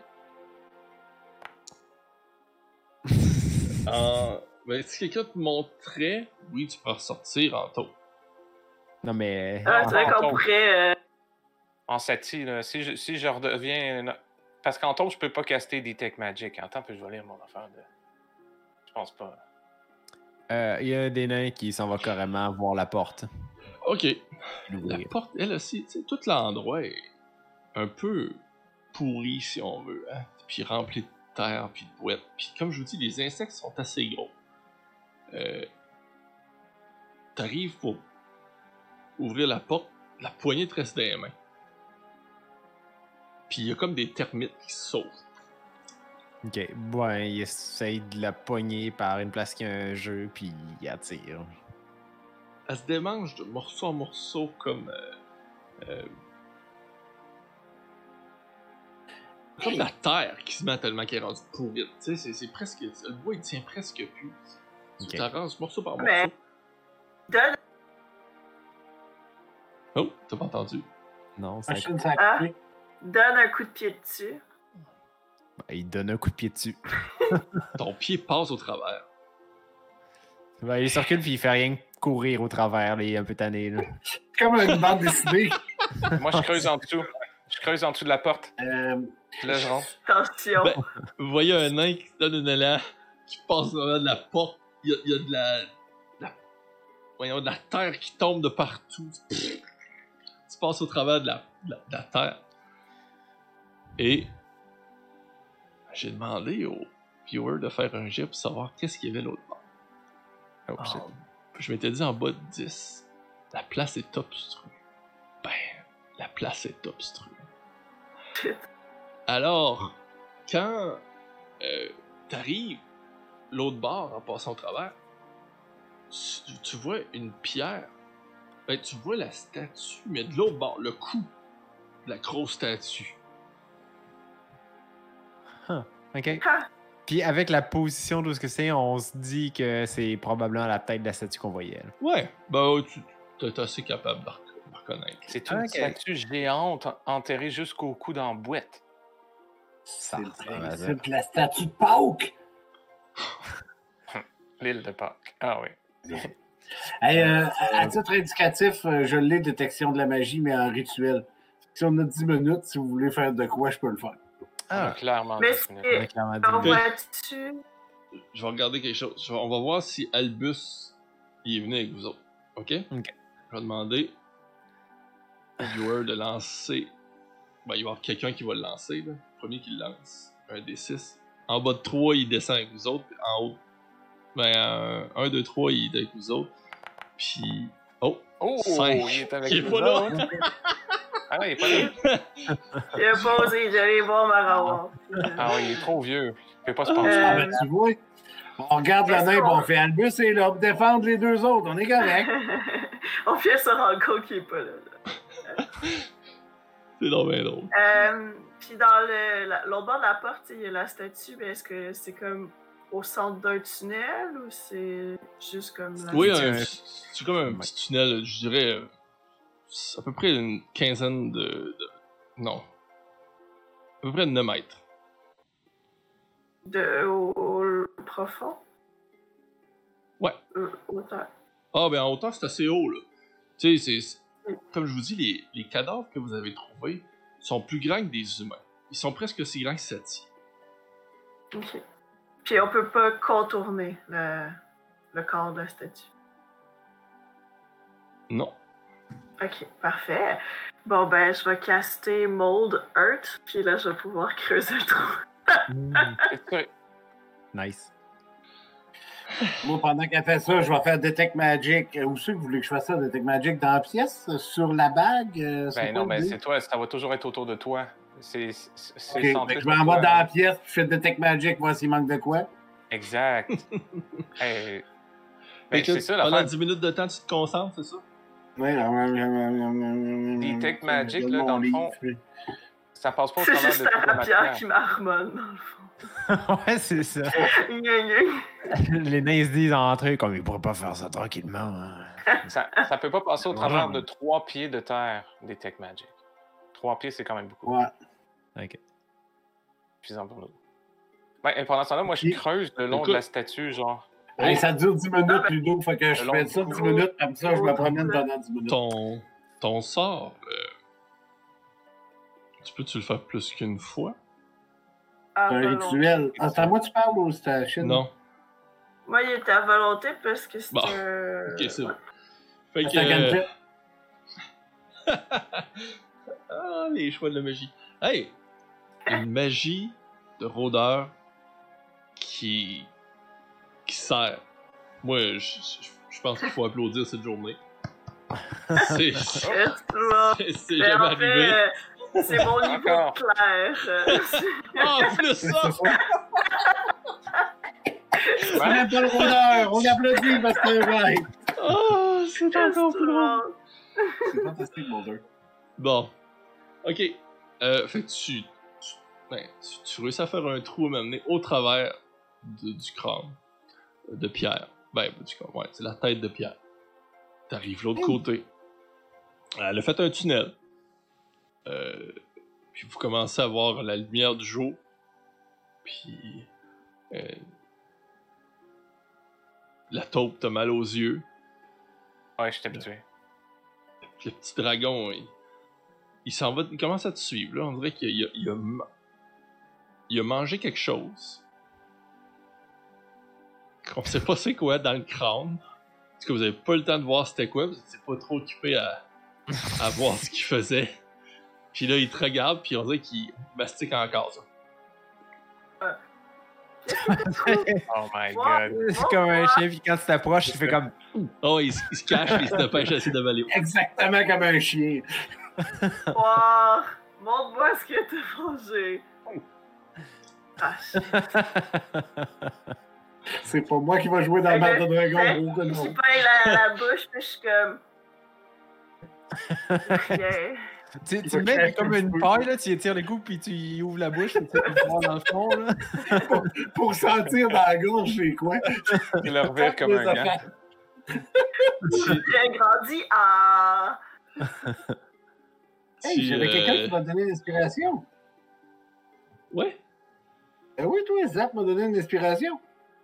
Euh, ben, si quelqu'un te montrait, oui, tu peux ressortir en taupe. Non, mais. Ah, c'est vrai en qu'on taupe. pourrait. euh, En sati, là. Si je, si je redeviens. Parce qu'en taupe, je peux pas caster Detect Magic. Attends, puis je vais lire mon affaire de. Je pense pas. Euh, Il y a un des nains qui s'en va carrément voir la porte. Ok. La L'ouvrir. porte, elle aussi, tu sais, tout l'endroit est un peu pourri, si on veut, hein? Puis rempli de terre, puis de boîtes. Puis comme je vous dis, les insectes sont assez gros. Euh, T'arrives pour ouvrir la porte, la poignée te reste dans les mains. Puis il y a comme des termites qui sautent. Ok, bon, il essaye de la pogner par une place qui a un jeu, puis il attire. Elle se démange de morceau en morceau comme. euh, euh, comme la terre qui se met tellement qu'elle est rendue pourrie. Tu sais, c'est- c'est presque. Le bois il tient presque plus. Tu Ok. t'avances morceau par morceau. Mais- Donne. Oh, t'as pas entendu. Non, c'est Machine, ça a Ah. coupé. Donne un coup de pied dessus. Ben, il donne un coup de pied dessus. Ton pied passe au travers. Ben, il circule, puis il fait rien que courir au travers, là, il est un peu tanné. Là. C'est comme une bande dessinée. Moi, je creuse en dessous. Je creuse en dessous de la porte. Euh, Puis là, je rentre. Attention. Ben, vous voyez un nain qui se donne un élan, qui passe au travers de la porte. Il y a, il y a de la, de la. Voyons, de la terre qui tombe de partout. Tu passes au travers de la, de la, de la terre. Et. J'ai demandé aux viewers de faire un jet pour savoir qu'est-ce qu'il y avait l'autre bord. Oh, shit. En- je m'étais dit en bas de dix, la place est obstrue. Ben, la place est obstrue. Alors, quand euh, t'arrives l'autre bord en passant au travers, tu, tu vois une pierre. Ben, tu vois la statue, mais de l'autre bord, le cou de la grosse statue. Ok. Ah. Puis avec la position de ce que c'est, on se dit que c'est probablement la tête de la statue qu'on voyait. là. Ouais, ben, tu t'es assez capable de rec- de reconnaître. C'est une Ok. statue géante en- enterrée jusqu'au cou dans la boîte. Ça c'est ressemble à ça. c'est de la statue de Pâques. L'île de Pâques. Ah oui. Hey, euh, à, à titre indicatif, euh, je l'ai détection de la magie, mais en rituel. Si on a dix minutes, si vous voulez faire de quoi, je peux le faire. On a Ah, clairement Mais dix c'est- minutes. on a clairement dit. On voit-tu? Je vais regarder quelque chose. Je vais- on va voir si Albus il est venu avec vous autres. Ok? Ok. Je vais demander au viewer de lancer. Ben, il va y avoir quelqu'un qui va le lancer. Là. Le premier qui le lance. Un D six. En bas de trois, il descend avec vous autres. En haut. Ben, un, deux, trois, il est avec vous autres. Puis. Oh! Oh, Cinq. il est avec Il est nous pas là. autres. Ah ouais, il est pas là. Il a pas osé, j'allais voir Marawar. Ah ouais, il est trop vieux. Il peut pas se penser. Euh, Ah, ben, tu vois, on regarde le Est-ce nain, qu'on- on fait Albus est là pour défendre les deux autres. On est correct. On vient se rendre compte qu'il est pas là. là. C'est donc bien drôle. Euh, Puis dans le, la- l'autre bord de la porte, il y a la statue, mais est-ce que c'est comme au centre d'un tunnel ou c'est juste comme la Oui, c'est un- un- c'est comme un petit tunnel, je dirais. euh, c'est à peu près une quinzaine de. de- non. À peu près neuf mètres. de au, au profond? Ouais. Euh, hauteur. Ah, ben en hauteur, c'est assez haut, là. Tu sais, c'est. Comme je vous dis, les, les cadavres que vous avez trouvés sont plus grands que des humains. Ils sont presque aussi grands que Sati. Ok. Puis on peut pas contourner le, le corps de la statue. Non. Ok, parfait. Bon ben, je vais caster Mold Earth, puis là je vais pouvoir creuser le trou. Mm. C'est sûr. Nice. Moi, pendant qu'elle fait ça, je vais faire Detect Magic. Où c'est que vous voulez que je fasse ça, Detect Magic? Dans la pièce? Sur la bague? Euh, c'est Ben quoi non, ben l'idée? c'est toi, ça va toujours être autour de toi. C'est c'est- c'est Ok, centré fait que je sur m'en vais toi. dans la pièce, puis je fais Detect Magic, voir s'il manque de quoi. Exact. Hey, Fait ben, que c'est ça pendant l'affaire. dix minutes de temps, tu te concentres, c'est ça? Oui, Detect Magic, là, dans le fond, Ça passe pas au C'est travers juste de toute la la pierre matière. qui m'harmone, dans le fond. Ouais, c'est ça. Gna, gna. Les nains se disent entre eux comme ils pourraient pas faire ça tranquillement. hein. Ça, ça peut pas passer au Ouais. travers de trois pieds de terre, Detect Magic. Trois pieds, c'est quand même beaucoup. Ouais. Ok. Suffisant pour nous. Ben, et pendant ce temps-là, moi, je Puis- creuse le long Écoute. de la statue, genre. Hey, ça dure dix minutes, Ludo. Fait que je Le fais long ça du dix cou. minutes, comme ça, je me promène pendant dix minutes. Ton, ton sort, euh, tu peux-tu le faire plus qu'une fois? À C'est un volonté. rituel. Ah, c'est à moi que tu parles ou c'est à la Chine? Non. Moi, il était à volonté parce que c'était. Bon. euh, Ok, c'est bon. Fait que. C'est à Gantet. Ah, les choix de la magie. Hey! Une magie de rôdeur qui. qui sert. Moi, je, je, je pense qu'il faut applaudir cette journée. C'est. Est-ce que- c'est- C'est Mais jamais en fait, arrivé. euh, c'est mon niveau Encore. clair. euh, Ah, en plus C'est ça! ça. On n'aime pas le rôdeur. On applaudit parce que c'est vrai. Ah, c'est encore plus drôle. C'est fantastique, Boulder. Bon. Ok. Euh, fait que tu. Tu, ben, tu, tu réussis à faire un trou à m'amener au travers de- du crâne de Pierre. Ben, pas du crâne, ouais, c'est la tête de Pierre. T'arrives de l'autre côté. Elle a fait un tunnel. Euh, puis vous commencez à voir la lumière du jour. Puis. Euh, la taupe t'a mal aux yeux. Ouais, je suis habitué. Puis le petit dragon, il, il s'en va, il commence à te suivre. Là. On dirait qu'il a, il a, ma- il a mangé quelque chose. On sait pas c'est quoi dans le crâne. Parce que vous avez pas le temps de voir c'était quoi. Vous étiez pas trop occupé à, à voir ce qu'il faisait. Puis là, il te regarde, puis on dirait qu'il mastique encore ça. Oh my Wow. god. C'est comme un chien, puis quand tu t'approches, tu fais comme. Oh, il, se- il se cache, puis il se dépêche d'essayer d'avaler. Exactement comme un chien. Wow, montre-moi ce que t'as mangé. Ah, shit. C'est pas moi qui va jouer dans le bar de dragon, gros que Je non. peins la, la bouche, puis je suis comme. Rien. Tu, tu le mets comme une paille, là, tu y tires les coups, puis tu y ouvres la bouche, puis tu le vois dans le fond. Là. Pour, pour sentir dans la gorge, c'est quoi? Il le revire comme un gant. J'ai grandi à. Hey, Tu, j'avais quelqu'un euh, qui m'a donné l'inspiration. Ouais. Ben oui, toi, Zap m'a donné une inspiration.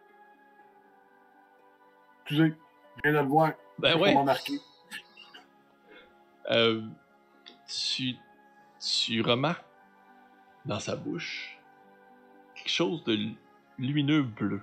Excusez, je viens de le voir. Ben Ça ouais. m'a marqué. Euh, tu, tu remarques dans sa bouche quelque chose de lu- lumineux bleu.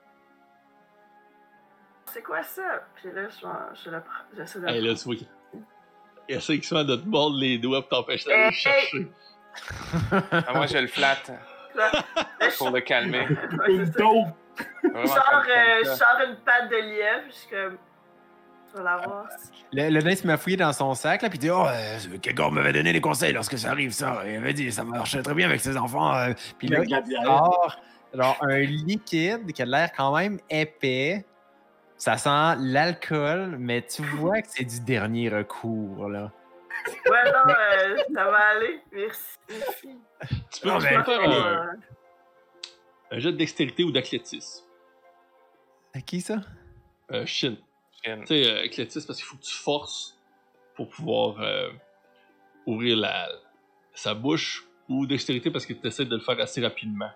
C'est quoi ça? Puis là, je, m'en- je le prends. J'essaie de le Hey, là, tu vois qu'il il essaie souvent de te mordre les doigts pour t'empêcher d'aller le Hey, chercher. Ah, moi, je le flatte prendre. Là, je- pour le calmer. Ouais, Une c'est ça. taupe. Vraiment Je sors, comme euh, je ça. sors une patte de lièvre, je suis comme. Je vais l'avoir. Le, le nain se met fouillé dans son sac, là, puis il dit « Oh, euh, Kegor m'avait donné des conseils lorsque ça arrive, ça. Il avait dit ça marche très bien avec ses enfants. Euh. » Puis là, il sort genre, un liquide qui a l'air quand même épais. Ça sent l'alcool, mais tu vois que c'est du dernier recours, là. Ouais, non, euh, ça va aller. Merci. Merci. Tu peux, Non, tu mais- peux faire un, Euh, un jet de dextérité ou d'athlétisme. À qui, ça? Euh, Shin. Shin. Tu sais, euh, athlétisme, parce qu'il faut que tu forces pour pouvoir euh, ouvrir la, sa bouche, ou dextérité parce que tu essaies de le faire assez rapidement.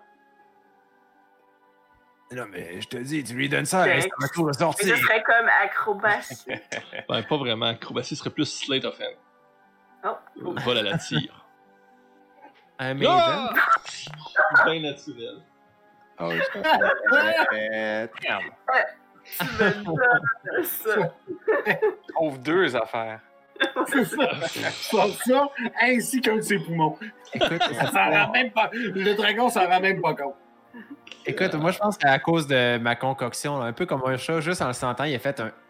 Non, mais je te dis, tu lui donnes ça, Ben, et ça va tout mais ressortir. ce serait comme acrobatie. Ben, pas vraiment. Acrobatie serait plus slate of hand. Oh. Vol à la tire. Un maiden. Ah! Bien naturel. Oh, je Merde. Tu me donnes ça. Trouve deux affaires. C'est ça. Ça, ça, ainsi qu'un de ses poumons. Écoute, Ça s'en rend même pas. Le dragon s'en rend même pas compte. écoute, moi, je pense que c'est à cause de ma concoction, là, un peu comme un chat, juste en le sentant, il a fait un...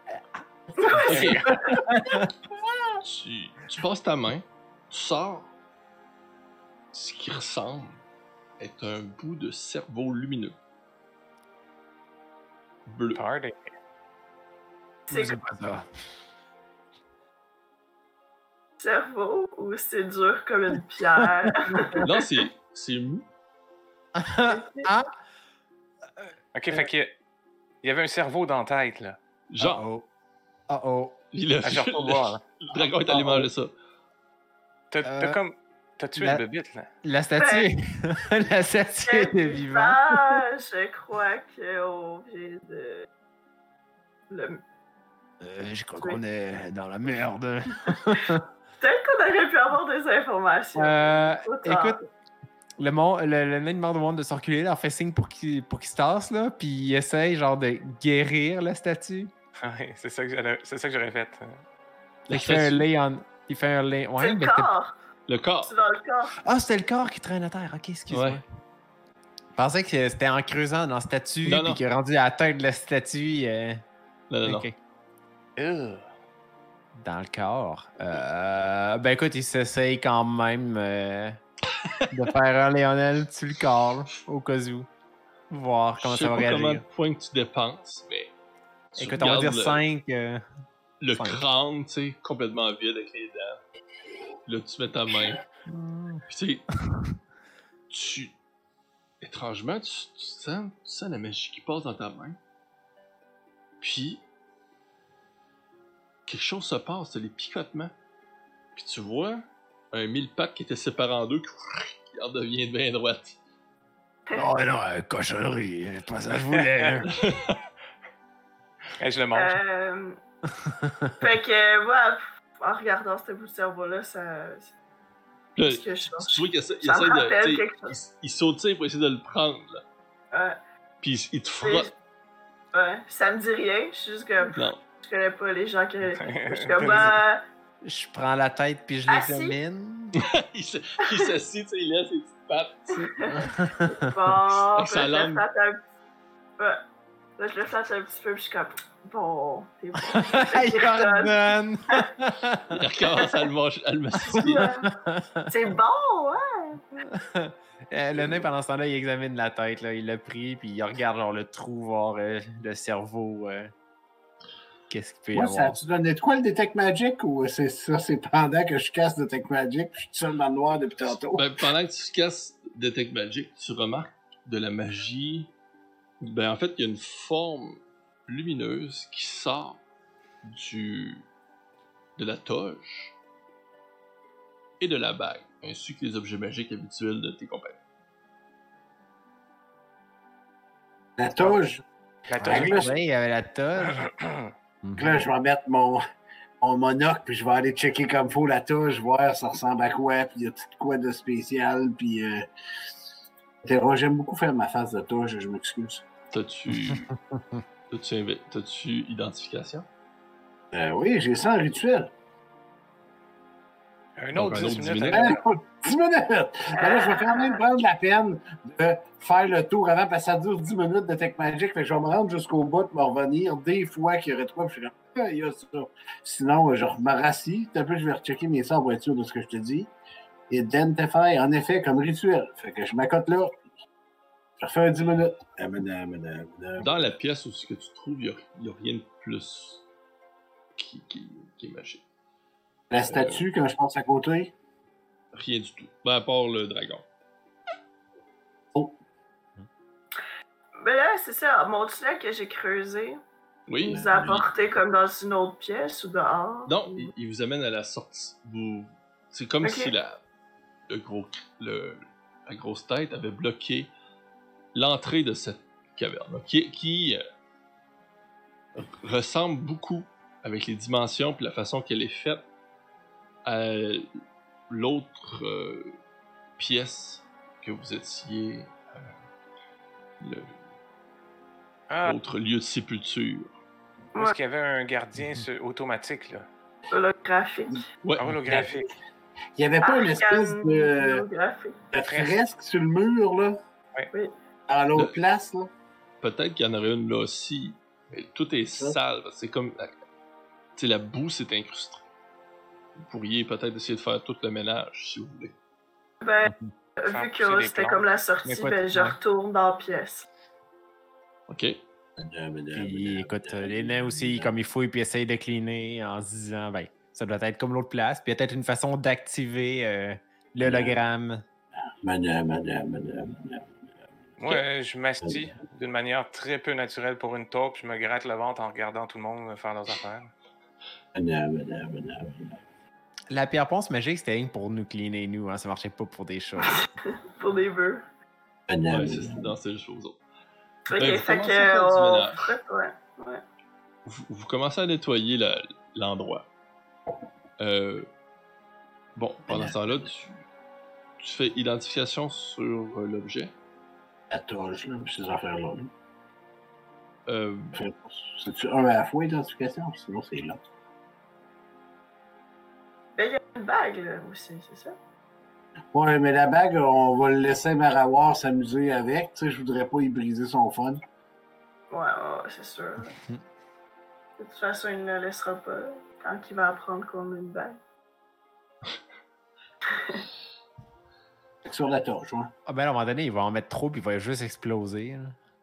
tu, tu passes ta main, tu sors ce qui ressemble être un bout de cerveau lumineux. Bleu. Party. C'est C'est pas ça. cerveau ou c'est dur comme une pierre? Non, c'est, c'est mou. Ah! Ok, fait qu'il y a- il y avait un cerveau dans la tête, là. Genre, Oh. Oh oh. il a, Ah, je retourne voir, là. le dragon est allé manger ça. T'as t'as Euh, comme. T'as tué la- le bébite, là. La statue. La statue est vivante. Ah, je crois qu'on vient de. Le... Euh, je crois qu'on est dans la merde. Peut-être qu'on aurait pu avoir des informations. Euh, Trop tard. écoute, le, mon, le, le nain demande au monde de se reculer, leur fait signe pour qu'il pour qu'il se tasse, là, puis il essaye genre de guérir la statue. Ouais, c'est ça que j'aurais c'est ça que j'aurais fait. La Il fait un statue. lay en. Il fait un lay. Ouais, c'est le mais c'était- corps. Le corps. C'est dans le corps. Ah, c'était le corps qui traîne à terre. Ok, excuse-moi. Ouais. Je pensais que c'était en creusant dans la statue, Non, puis non. qu'il est rendu à la tête de la statue. euh, Non, non, ok. Ugh. Dans le corps. Euh, ben écoute, il s'essaye quand même euh, de faire un Léonel sur le corps, là, au cas où. Voir comment Je sais ça va pas combien de réagir. points que tu dépenses, mais. tu Écoute, on va regardes dire le- cinq. euh, Le cinq. crâne, tu sais, complètement vide avec les dents. Là, tu mets ta main. Puis, tu sais, tu. Étrangement, tu, tu sens, tu sens la magie qui passe dans ta main. Puis, quelque chose se passe, t'as les picotements. Puis, tu vois un mille pattes qui était séparé en deux qui en devient bien droite. Oh non, euh, cochonnerie, c'est pas ça que je voulais. hein. Hey, je le mange. Euh... fait que, ouais, en regardant ce bout de cerveau-là, ça. Là, C'est ce que je cherche. tu vois qu'il essaie, il Ça me essaie de. rappelle tu sais, quelque il, chose. il saute tu sais, pour essayer de le prendre, là. Ouais. Puis, il, il te C'est- frotte. Ouais, ça me dit rien. Je suis juste comme. Non. Je connais pas les gens qui. Je suis comme. Bah, Je prends la tête puis je Assis. l'examine. il se- il s'assit, tu sais, il laisse ses petites pattes. tu sais. bon. Avec sa puis là, je langue. le flatte un petit- ouais. Là, je le flatte un petit peu, puis je suis comme. Bon, t'es bon. Il ordonne. Il recommence à le manger, à le mastiquer. C'est bon, ouais. Euh, le nain, pendant ce temps-là, il examine la tête. Là. Il l'a pris, puis il regarde genre le trou, voir euh, le cerveau. euh, Qu'est-ce qu'il peut y Moi, ça, avoir? tu donnais de quoi le Detect Magic ou c'est ça, c'est pendant que je casse Detect Magic puis je suis tout seul dans le noir depuis tantôt? Ben, pendant que tu casses Detect Magic, tu remarques de la magie. Ben, en fait, il y a une forme lumineuse qui sort du de la toge et de la bague, ainsi que les objets magiques habituels de tes compagnons. La toge. La Ouais, toge. là, je- Oui, il y avait la toge. là, je vais mettre mon, mon monocle puis je vais aller checker comme faut la toge, voir ça ressemble à quoi, puis y a-t-il de quoi de spécial, puis euh... t'es- j'aime beaucoup faire ma face de toge, je m'excuse. T'as-tu. T'as-tu invi- T'as-tu identification? Euh, oui, j'ai ça en rituel. Un Donc, autre un dix autre minutes. dix à- minutes. Euh, dix minutes! Mais là, je vais quand même prendre la peine de faire le tour avant, parce que ça dure dix minutes de Tech Magic. Fait que je vais me rendre jusqu'au bout, me revenir des fois qu'il y aurait trois, puis je suis comme, ah, il y a ça. Sinon, je me rassis. Un peu, je vais rechecker mes sorts pour être sûr de ce que je te dis. Identify, en effet, comme rituel. Fait que je m'accote là. Je refais un dix minutes. Ah, madame, madame, madame. Dans la pièce où ce que tu trouves, il n'y a, a rien de plus qui, qui, qui est magique. La statue, euh, quand je passe à côté? Rien du tout. Ben, à part le dragon. Oh. Mais là, c'est ça. Mon tunnel que j'ai creusé, Oui. il vous a lui... apporté comme dans une autre pièce ou dehors? Non, ou... il, il vous amène à la sortie. Vous... C'est comme okay. si la, le gros, le, la grosse tête avait bloqué l'entrée de cette caverne, qui, qui euh, ressemble beaucoup avec les dimensions et la façon qu'elle est faite à l'autre euh, pièce que vous étiez, euh, le, ah. l'autre lieu de sépulture. Où est-ce qu'il y avait un gardien mm-hmm. automatique, là? Holographique. Ouais. Holographique. Il n'y avait pas une espèce de, de fresque sur le mur, là? Oui. oui. À l'autre le... place, là? Peut-être qu'il y en aurait une là aussi. Mais tout est sale. C'est comme... Tu sais, la boue s'est incrustée. Vous pourriez peut-être essayer de faire tout le ménage, si vous voulez. Ben, vu que c'était comme la sortie, ben, je retourne dans la pièce. OK. Puis, écoute, les nains aussi, comme il faut, puis essayent de cleaner en se disant, ben, ça doit être comme l'autre place. Puis, il y a peut-être une façon d'activer euh, l'hologramme. Madame, madame, madame, madame. Moi, je m'astis d'une manière très peu naturelle pour une taupe. Je me gratte le ventre en regardant tout le monde faire leurs affaires. Madame, madame, madame, madame. La pierre ponce magique, c'était rien pour nous cleaner, nous. Hein? Ça marchait pas pour des choses. Pour des bœufs. Ouais, c'est, non, c'est juste aux autres. Ok, ben, fait que... On... Ouais, ouais. Vous, vous commencez à nettoyer la, l'endroit. Euh, bon, pendant ce temps-là, tu, tu fais identification sur euh, l'objet. La torche, là, ces affaires-là. Euh... C'est-tu un à la fois, identification? Sinon, c'est là. Ben, il y a une bague, là, aussi, c'est ça? Ouais, mais la bague, on va le laisser Marawar s'amuser avec. Tu sais, je voudrais pas y briser son fun. Ouais, ouais, c'est sûr. De toute façon, il ne le laissera pas quand il va apprendre qu'on a une bague. Sur la torche, ouais. Ah ben, à un moment donné, il va en mettre trop, puis il va juste exploser.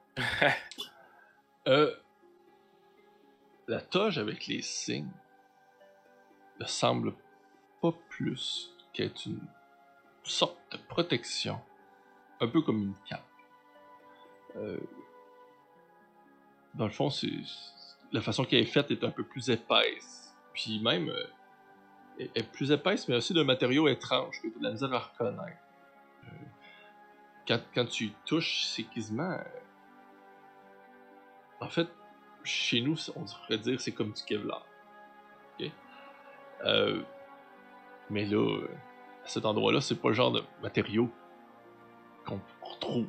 euh, la toge avec les signes ne semble pas plus qu'être une sorte de protection, un peu comme une cape. Euh, dans le fond, c'est la façon qu'elle est faite est un peu plus épaisse, puis même euh, est, est plus épaisse, mais aussi d'un matériau étrange que tu as de la misère à reconnaître. Euh, quand, quand tu y touches, c'est quasiment... Euh, en fait, chez nous, on devrait dire c'est comme du Kevlar. Okay? Euh, mais là, à cet endroit-là, c'est pas le genre de matériau qu'on retrouve.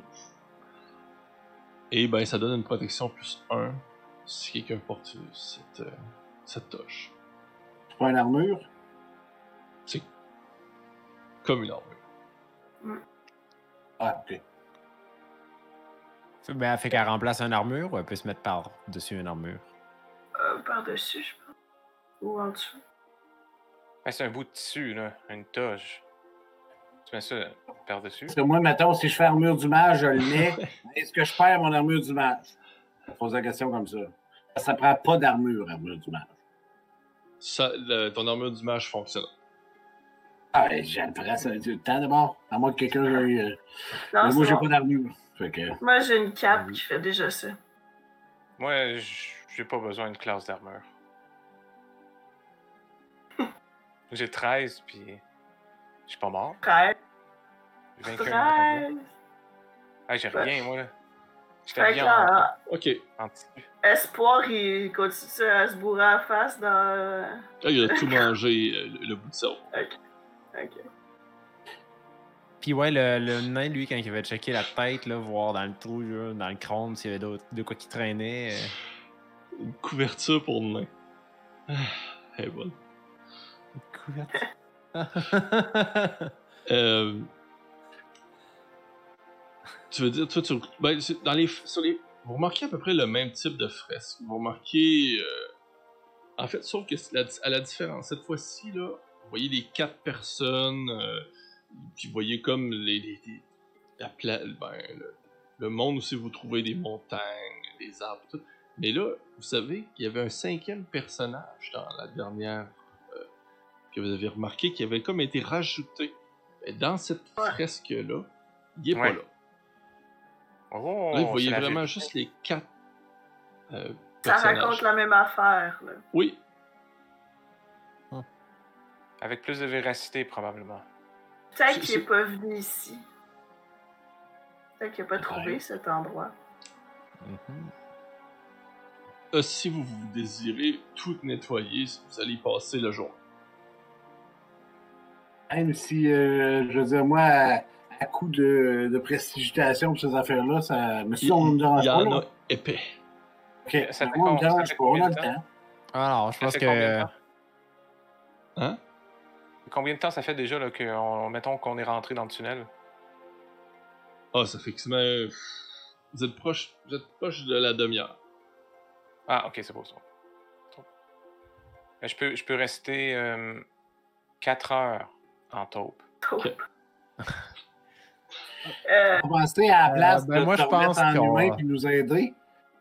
Et ben, ça donne une protection plus un si quelqu'un porte cette, euh, cette toche. C'est pas une armure? C'est comme une armure. Mm. Ah, ok. Ben, elle fait qu'elle remplace une armure ou elle peut se mettre par-dessus une armure? Euh, par-dessus, je pense. Ou en dessous. Ben, c'est un bout de tissu, là. Une toge. Tu mets ça par-dessus? Parce que moi, mettons, si je fais armure du mage, je le mets. Est-ce que je perds mon armure du mage? Je pose la question comme ça. Ça prend pas d'armure, armure du mage. Ça, le, ton armure du mage fonctionne. Ah, j'aimerais ça du temps d'abord. À moins que quelqu'un ait. Euh... Non, Mais moi, j'ai bon. pas d'armure. Fait que... Moi, j'ai une cape qui fait déjà ça. Moi, j'ai pas besoin d'une classe d'armure. J'ai treize, puis je suis pas mort. treize. J'ai treize. Ah, j'ai rien, moi. J'étais Fait bien là, en... Ok. en tissu. Espoir, il continue à se bourrer à la face dans... Ah, il a tout mangé, euh, le, le bout de cerveau. Ok. Ok. Puis ouais, le, le nain, lui, quand il avait checké la tête, là, voir dans le trou, là, dans le crâne, s'il y avait d'autres, de quoi qui traînait. Euh... Une couverture pour nain. Elle est bonne. Une couverture. Euh... Tu veux dire, toi, tu... Ben, dans les... Sur les... Vous remarquez à peu près le même type de fresque. Vous remarquez... Euh... En fait, sauf que la... à la différence, cette fois-ci, là, vous voyez les quatre personnes, euh... puis vous voyez comme les... les... les... La pla... ben, le... le monde où si vous trouvez des montagnes, des arbres, tout. Mais là, vous savez qu'il y avait un cinquième personnage dans la dernière... Euh... que vous avez remarqué qui avait comme été rajouté. Et dans cette fresque-là, il est Ouais. pas là. Oh, Là, vous voyez c'est la vraiment vérité. juste les quatre euh, Ça personnages. raconte la même affaire, là. Oui, Avec plus de véracité, probablement. Peut-être C'est- qu'il c'est- n'est pas venu ici. Peut-être qu'il n'a pas Ouais. trouvé cet endroit. Mhm. euh, si vous, vous désirez tout nettoyer, vous allez y passer le jour. Même si, euh, je veux dire, moi, à, à coup de, de prestigitation pour ces affaires-là, ça. Mais Il, si on me il dérange y pas, en là. a épais. Ok, Ça fait moi, on me com- ça dérange fait pas, on combien a de le temps? temps. Alors, je Ça pense fait combien de que. temps? Hein? Combien de temps ça fait déjà là, que, on- mettons qu'on est rentré dans le tunnel? Ah, ça fait que c'est... Vous êtes proche, vous êtes proche de la demi-heure. Ah, ok, c'est beau ça. Ben, Je peux, je peux rester quatre heures en taupe. Ok. Euh, On va rester à la Euh, place ben de moi, te je remettre pense en qu'on humain va- puis nous aider.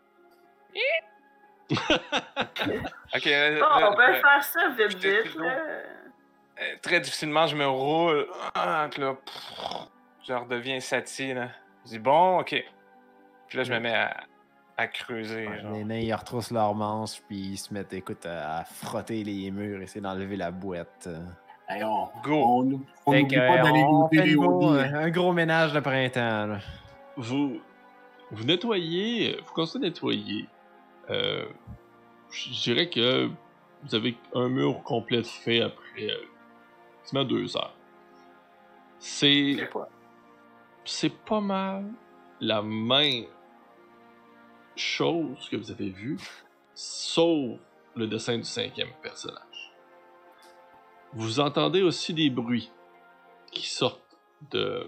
Ok, euh, bon, euh, on peut euh, faire ça vite, je t'ai- vite, là. euh, très difficilement, je me roule. Ah, puis là, pff, je redeviens Satie, là. Je dis bon, ok. Puis là, je me mets à, à creuser. genre. Les nains, ils retroussent leurs manches, puis ils se mettent, écoute, à frotter les murs, essayer d'enlever la boîte. Hey, on Go. on, on Fait n'oublie que, pas euh, d'aller on goûter fait les une gros- hobbies. un gros ménage de printemps. Là. Vous, vous nettoyez, vous commencez à nettoyer. Euh, je dirais que vous avez un mur complet fait après euh, quasiment deux heures. C'est, C'est quoi? c'est pas mal la même chose que vous avez vue, sauf le dessin du cinquième personnage. Vous entendez aussi des bruits qui sortent de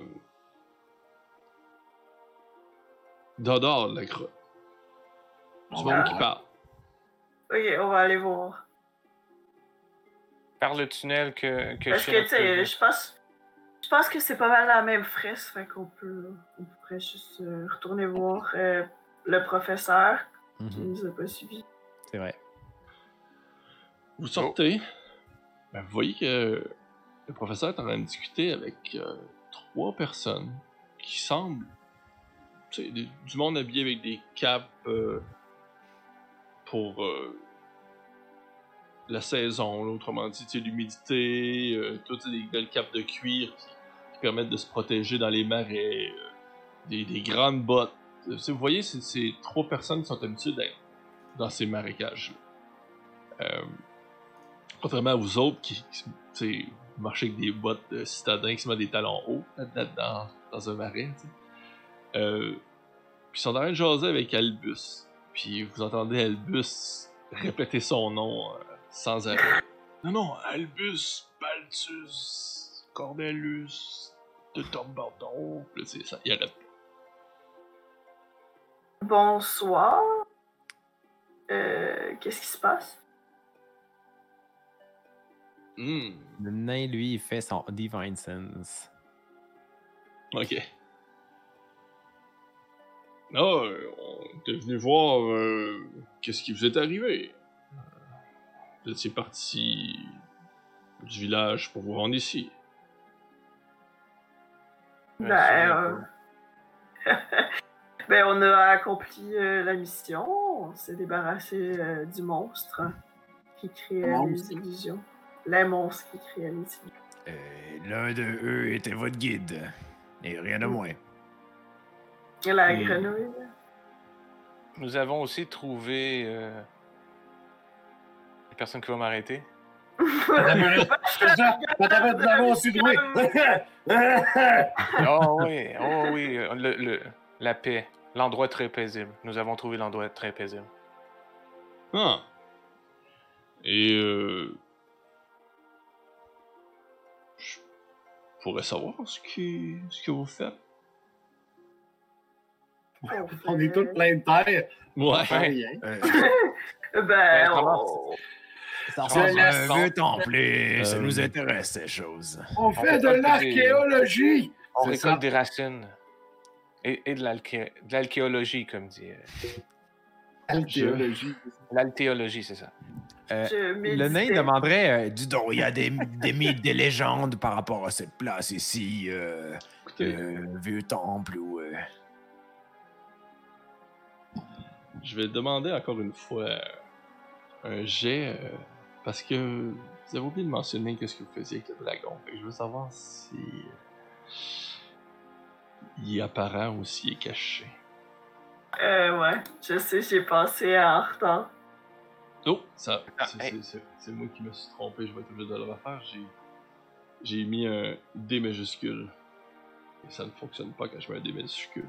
d'en dehors de la grotte. Du monde qui parle. Ok, on va aller voir. Par le tunnel que, que Parce je que, tu sais, je pense... Je pense que c'est pas mal la même fresque, fait qu'on peut... On pourrait juste euh, retourner voir euh, le professeur qui Mhm. nous a pas suivis. C'est vrai. Vous sortez, ben, vous voyez que le professeur est en train de discuter avec euh, trois personnes qui semblent, tu sais, des- du monde habillé avec des capes euh, pour euh, la saison, là, autrement dit, tu sais, l'humidité, euh, toutes des belles capes de cuir qui, qui permettent de se protéger dans les marais, euh, des, des grandes bottes. Euh, Vous voyez, c'est c'est trois personnes qui sont habituées d'être dans ces marécages. Euh, Contrairement à vous autres qui, qui tu sais, vous marchez avec des bottes de citadins qui se mettent des talons hauts là-dedans dans, dans un marais, tu sais. Euh, puis ils sont en train de jaser avec Albus. Puis vous entendez Albus répéter son nom euh, sans arrêt. Non, non, Albus, Baltus, Cornelius, de Dumbledore. Puis là, tu sais, ça, il arrête pas. Bonsoir. Euh, Qu'est-ce qui se passe? Hmm, Le nain, lui, il fait son Divine Sense. ok. Ah, euh, on était venu voir euh, qu'est-ce qui vous est arrivé. Vous étiez parti du village pour vous rendre ici. Ouais, Ben, c'est euh... ben, on a accompli euh, la mission. On s'est débarrassé euh, du monstre qui créait Le les monstre. illusions. Les monstres qui créaient les illusions. Euh, L'un de eux était votre guide. Et rien de moins. Et la Hmm. grenouille. Nous avons aussi trouvé euh... une personne qui va m'arrêter. C'est ça, mais t'avais de l'avoir aussi doué. Oh oui, oh oui, euh, le, le- la paix, l'endroit très paisible. Nous avons trouvé l'endroit très paisible. Ah. Et euh... je- pourrais savoir ce que, ce que vous faites? On est tous pleins de terre. Ouais. Pas rien. Euh, Ben, Ben, on... comment- ça Je ressemble à laisse- un vieux templier. Ça Euh, nous intéresse, ces choses. On fait de l'archéologie. On C'est récolte ça. des racines. Et, et de l'alché- de l'alchéologie, comme dit. euh, Archéologie. L'altéologie, c'est ça. Euh, je le nain méditais. demanderait euh, dis donc, il y a des, des mythes, des légendes par rapport à cette place ici, euh, Écoutez, euh, vieux temple ou. euh, je vais demander encore une fois euh, un jet, euh, parce que vous avez oublié de mentionner qu'est-ce que vous faisiez avec le dragon. Fait que je veux savoir si euh, il est apparent ou s'il est caché. Euh, ouais, je sais, j'ai passé en retard. Oh, ça, Ah, c'est, hey. c'est- c'est- c'est moi qui me suis trompé, je vais être obligé de le refaire. J'ai, j'ai mis un D majuscule. Et ça ne fonctionne pas quand je mets un D majuscule.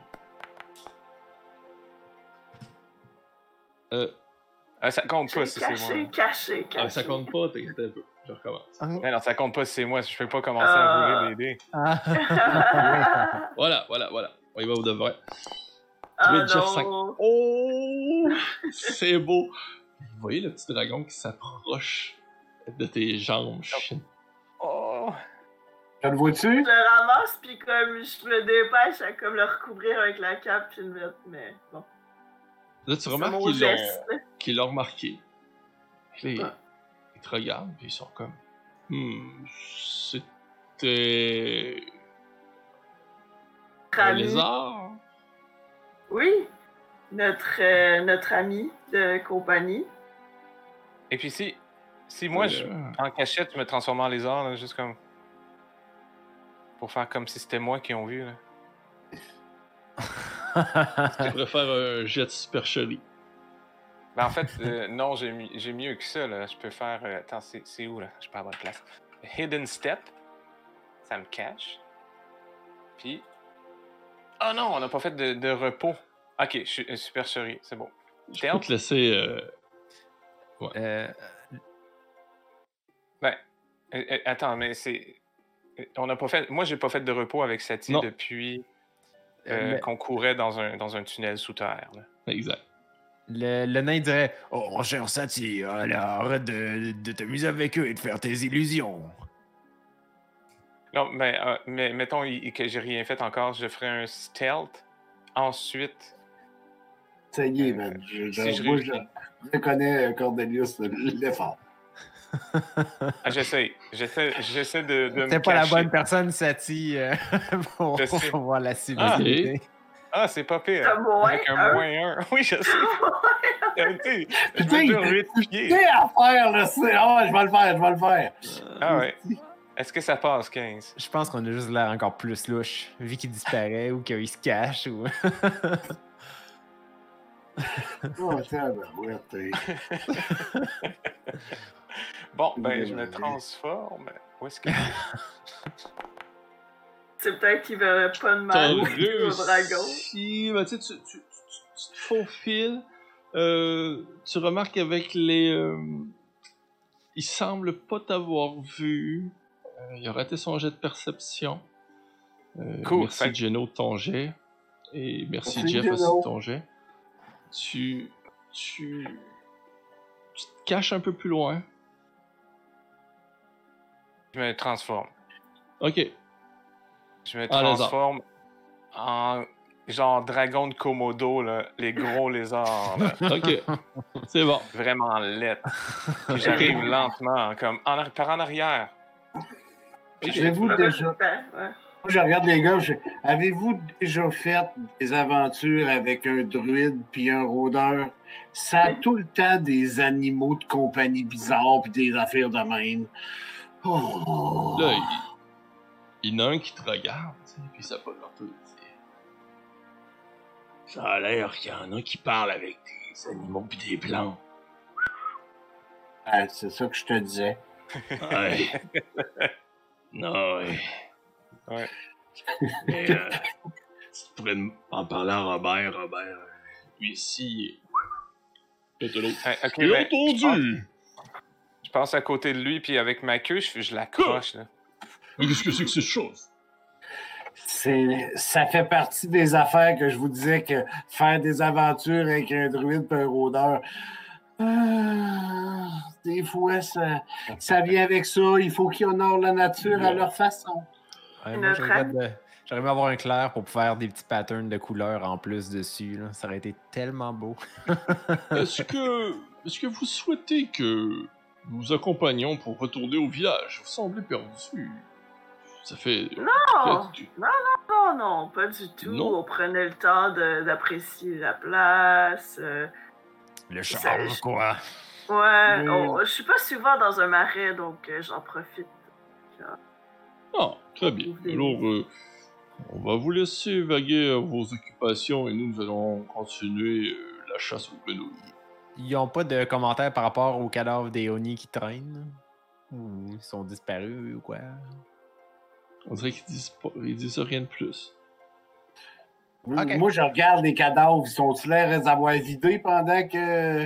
Euh, Ah, ça compte pas J'ai si c'est caché, moi. caché, caché. ah, ça compte pas, t'inquiète un peu. Je recommence. Mais non, ça compte pas si c'est moi. Je peux pas commencer Ah. à rouler les dés. Ah. Voilà, voilà, voilà. On y va au de vrai. Ah Tu veux dire cinq. non. Oh! C'est beau! Vous voyez le petit dragon qui s'approche de tes jambes, chien. Oh! Ça le vois-tu? Je le ramasse, puis comme je me dépêche à comme le recouvrir avec la cape, puis le mettre, mais bon. Là, tu C'est remarques mon qu'ils l'ont, geste. qu'ils l'ont remarqué. Puis là, Ouais. ils, ils te regardent, puis ils sont comme... Hmm, c'était... Notre un ami. lézard? Oui, notre, euh, notre ami de compagnie. Et puis si, si moi, je, Euh, en cachette, je me transforme en lézard, là, juste comme... Pour faire comme si c'était moi qui ont vu, là. Tu pourrais faire un jet de supercherie. Ben, en fait, euh, non, j'ai mi- j'ai mieux que ça, là. Je peux faire... euh, attends, c'est c'est où, là? Je suis pas à la bonne place. Hidden Step. Ça me cache. Puis... Oh non, on n'a pas fait de, de repos. Ok, je suis euh, supercherie, c'est bon. Je peux te laisser... euh, Euh, Ben, euh, euh, attends, mais c'est... euh, On n'a pas fait... Moi, j'ai pas fait de repos avec Sati Non. depuis euh, le, qu'on courait dans un, dans un tunnel sous terre, là. Exact. le- le nain dirait oh, mon cher Sati, alors arrête de, de t'amuser avec eux et de faire tes illusions. Non, mais, euh, mais mettons il- que j'ai rien fait encore, je ferai un stealth. Ensuite, Ça y est, man. Je, je, Si je moi, réussis. je, je connais Cordelius l'effort. ah, j'essaie. J'essaie, j'essaie de, de me T'es pas la cacher. bonne personne, Sati, euh, pour, Je sais. pour voir la civilité. Ah, c'est pas pire. T'as moins Avec un un. moins un. Oui, je sais. Euh, tu sais, je Putain, mesure huit pieds. Qu'est-ce à faire, là? c'est- Ah, je vais le faire, je vais le faire. Ah ouais. Est-ce que ça passe quinze? Je pense qu'on a juste l'air encore plus louche, vu qu'il disparaît ou qu'il se cache. Ou... Oh, tabarouette, t'es- Bon, ben, je me transforme. Où est-ce que... C'est peut-être qu'il verrait pas de T'as mal au dragon. réussi. Ben, tu, sais, tu, tu, tu, tu te faufiles. Euh, tu remarques avec les... Euh, il semble pas t'avoir vu. Euh, il a raté son jet de perception. Euh, Cool. Merci Fait- Geno de ton jet. Et merci, Merci, Jeff Geno. aussi de ton jet. Tu, tu... Tu te caches un peu plus loin. Je me transforme. Ok. Je me En lézard. transforme en genre dragon de Komodo, là, les gros lézards, là, Ok. C'est bon. vraiment laids. Puis j'arrive lentement, comme en, arri- par en arrière. Avez-vous Ouais, déjà... ouais, ouais. Moi, je regarde les gars, je... avez-vous déjà fait des aventures avec un druide puis un rôdeur? Ça a tout le temps des animaux de compagnie bizarres puis des affaires de même. Oh. Là, il... il y en a un qui te regarde, tu sais, puis ça pas partout. il dit, ça a l'air qu'il y en a qui parlent avec des animaux pis des plantes. Ah, c'est ça que je te disais. Ouais. Non, ouais. Ouais. Mais, euh, tu pourrais en parler à Robert, Robert. euh, Lui ici, il est... l'autre. Euh, ok, J'ai ben, je, passe, entendu! je passe à côté de lui, puis avec ma queue, je, je l'accroche. Là. Mais qu'est-ce que c'est que cette chose? C'est, ça fait partie des affaires que je vous disais que faire des aventures avec un druide et un rôdeur, euh, des fois, ça, ça vient avec ça. Il faut qu'ils honorent la nature à leur façon. Ouais, moi, j'aimerais de- j'aimerais bien avoir un clair pour faire des petits patterns de couleurs en plus dessus. Là. Ça aurait été tellement beau. Est-ce que, est-ce que vous souhaitez que nous vous accompagnions pour retourner au village? Vous semblez perdu. Ça fait... Non! fait- Non, non, non, pas du tout. Non. On prenait le temps de- d'apprécier la place. euh, Le Ça, charme, je- quoi. Ouais, Mais- on- je suis pas souvent dans un marais, donc euh, j'en profite. Ah, très bien. Alors, euh, on va vous laisser vaguer à vos occupations et nous, nous allons continuer euh, la chasse aux grenouilles. Ils n'ont pas de commentaires par rapport aux cadavres des Oni qui traînent? Ou ils sont disparus ou quoi? On dirait qu'ils disent, pas, ils disent rien de plus. Ok. Moi, je regarde les cadavres. Ils sont-ils l'air d'avoir vidé pendant que.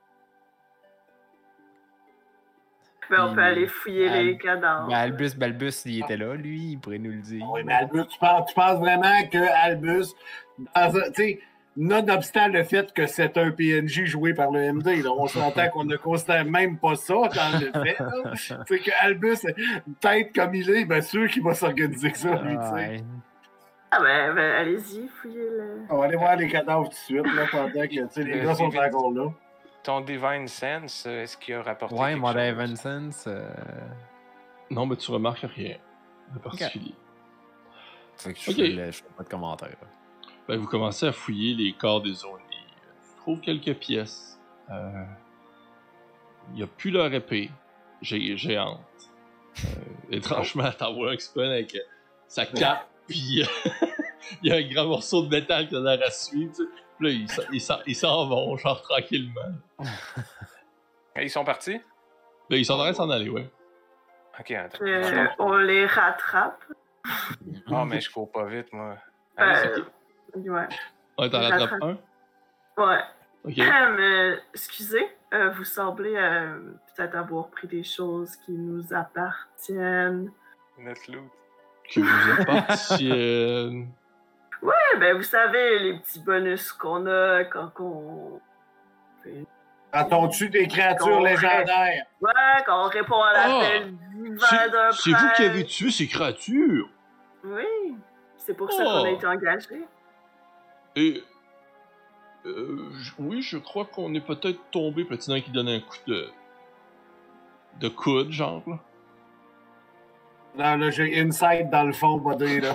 Mais on Puis- peut aller fouiller Al- les cadavres. Ben, Albus Balbus, il était là, lui, il pourrait nous le dire. Oui, mais Albus, tu penses, tu penses vraiment que Albus, dans un- tu sais, nonobstant le fait que c'est un P N J joué par le M D, là, on s'entend qu'on ne constate même pas ça dans le fait. là. C'est que Albus, tête comme il est, bien sûr qu'il va s'organiser que ça, lui, tu sais. Ouais. Ah ben, ben allez-y, fouillez le... On va aller voir les cadavres tout de suite, là, pendant que tu sais, les Le gars sont Divine- encore là. Ton Divine Sense, euh, est-ce qu'il a rapporté Ouais, quelque moi, chose? Evansons. Euh... Non, mais tu remarques rien de particulier. Fait que je Ok. fais, le- je fais pas de commentaires. Ben, vous commencez à fouiller les corps des Oni. Tu trouves quelques pièces. Euh, Il n'y a plus leur épée gé- géante. Euh, étrangement, t'en vois un qui se prend avec euh, sa cape, puis euh, il y a un grand morceau de métal qui a l'air à suivre. Tu sais. Puis là, ils s'en- ils s'en- ils s'en vont, genre tranquillement. Ah, ils sont partis? Là, ils sont en train de s'en aller, ouais. Ok, attends. Euh, on les rattrape. Ah, mais je cours pas vite, moi. Euh, Allez-y. ouais. Ouais, t'en Ils rattrapes rattrapent. un? Ouais. Ok. Euh, mais, excusez, euh, vous semblez euh, peut-être avoir pris des choses qui nous appartiennent. Notre loot. Que vous appartiennent. Eh ben, vous savez, les petits bonus qu'on a quand on... Quand on tue des créatures Qu'on légendaires. Ouais, quand on répond à l'appel divin C'est d'un c'est vous qui prêtre. avez tué ces créatures. Oui, c'est pour ça Oh. qu'on a été engagés. Et. euh, j- oui, je crois qu'on est peut-être tombé, peut-être un qui donne un coup de. de coude, genre, là. Dans le jeu Inside, dans le fond, buddy, là.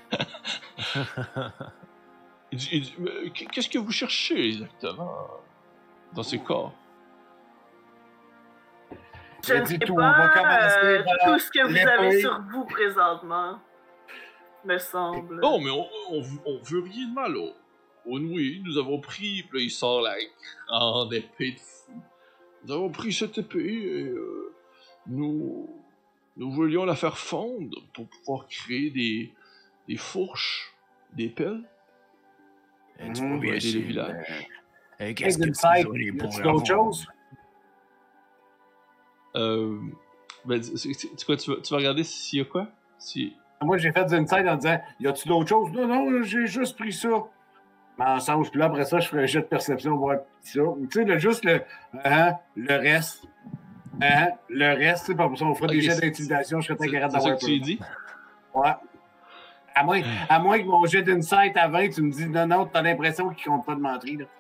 Il dit- il dit, mais qu- qu'est-ce que vous cherchez exactement dans ces corps? Je ne Dis sais tout, on pas va commencer euh, par tout ce que vous l'épée. avez sur vous présentement, me semble. Non, mais on, on, on veut rien de mal. Oh, oh, oui, nous avons pris. Puis là, il sort la grande épée de fou. Nous avons pris cette épée et euh, nous, nous voulions la faire fondre pour pouvoir créer des, des fourches, des pelles, Et Mhm. tu pour peux bien aider les essayer, villages. euh, Hey, Qu'est-ce que Inside, tu y pour a-tu d'autres choses? Euh, ben, c'est- c'est c'est quoi, tu vas, tu vas regarder s'il y a quoi? Si... Moi, j'ai fait du Inside en disant, y a-tu d'autres choses? Non, non, j'ai juste pris ça. Mais en sens, puis là, après ça, je ferai un jet de perception, voir ça. Ou tu sais, le- juste le, hein, le reste. Hein, le reste, tu sais, pour ça, on fera des Ok, jets c'est- d'intimidation, je serais C'est pas capable c'est ça d'avoir que tu lui dis? Ouais. À moins, à moins que mon jet d'insight à vingt, tu me dis non, non, t'as l'impression qu'il compte pas de menterie, là.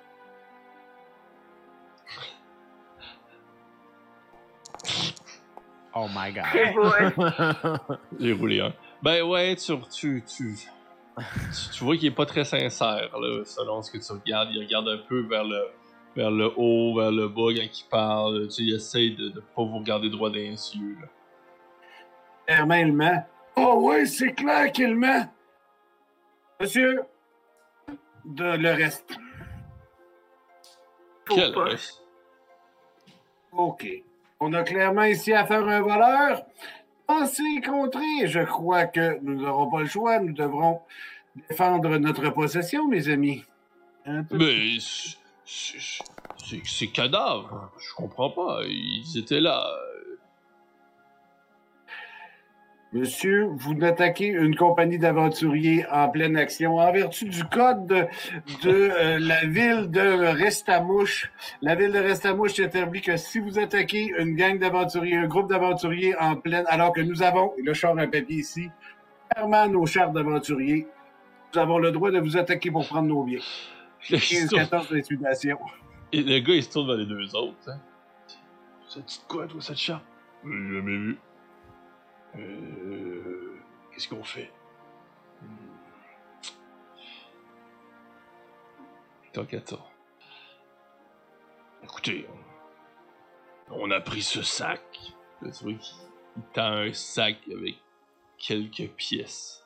Oh my god. Très beau, hein. J'ai roulé un. Ben ouais, tu, tu, tu, tu, tu vois qu'il est pas très sincère, là, selon ce que tu regardes. Il regarde un peu vers le, vers le haut, vers le bas quand il parle. Tu sais, il essaye de, de pas vous regarder droit dans les yeux. Là. Clairement, il ment. Oh oui, c'est clair qu'il ment. Monsieur, de le reste. Faut Quel pas. reste? OK. On a clairement ici à faire un voleur. Pensez contrer. Je crois que nous n'aurons pas le choix. Nous devrons défendre notre possession, mes amis. Hein, tout- Mais c'est- c'est c'est- c'est cadavres. Je comprends pas. Ils étaient là. Monsieur, vous attaquez une compagnie d'aventuriers en pleine action en vertu du code de, de euh, la ville de Restamouche. La ville de Restamouche établit que si vous attaquez une gang d'aventuriers, un groupe d'aventuriers en pleine, alors que nous avons, et là je sors un papier ici, clairement nos chartes d'aventuriers, nous avons le droit de vous attaquer pour prendre nos biens. Le, gars, il se quinze tourne- quatorze d'intimidation. et le gars, il se tourne vers les deux autres. Hein. Ça dit de quoi, toi, cette charte? J'ai jamais vu. Euh... Qu'est-ce qu'on fait? Tant qu'à ça. Écoutez, on... on a pris ce sac. Là, tu vois qu'il il tend un sac avec quelques pièces.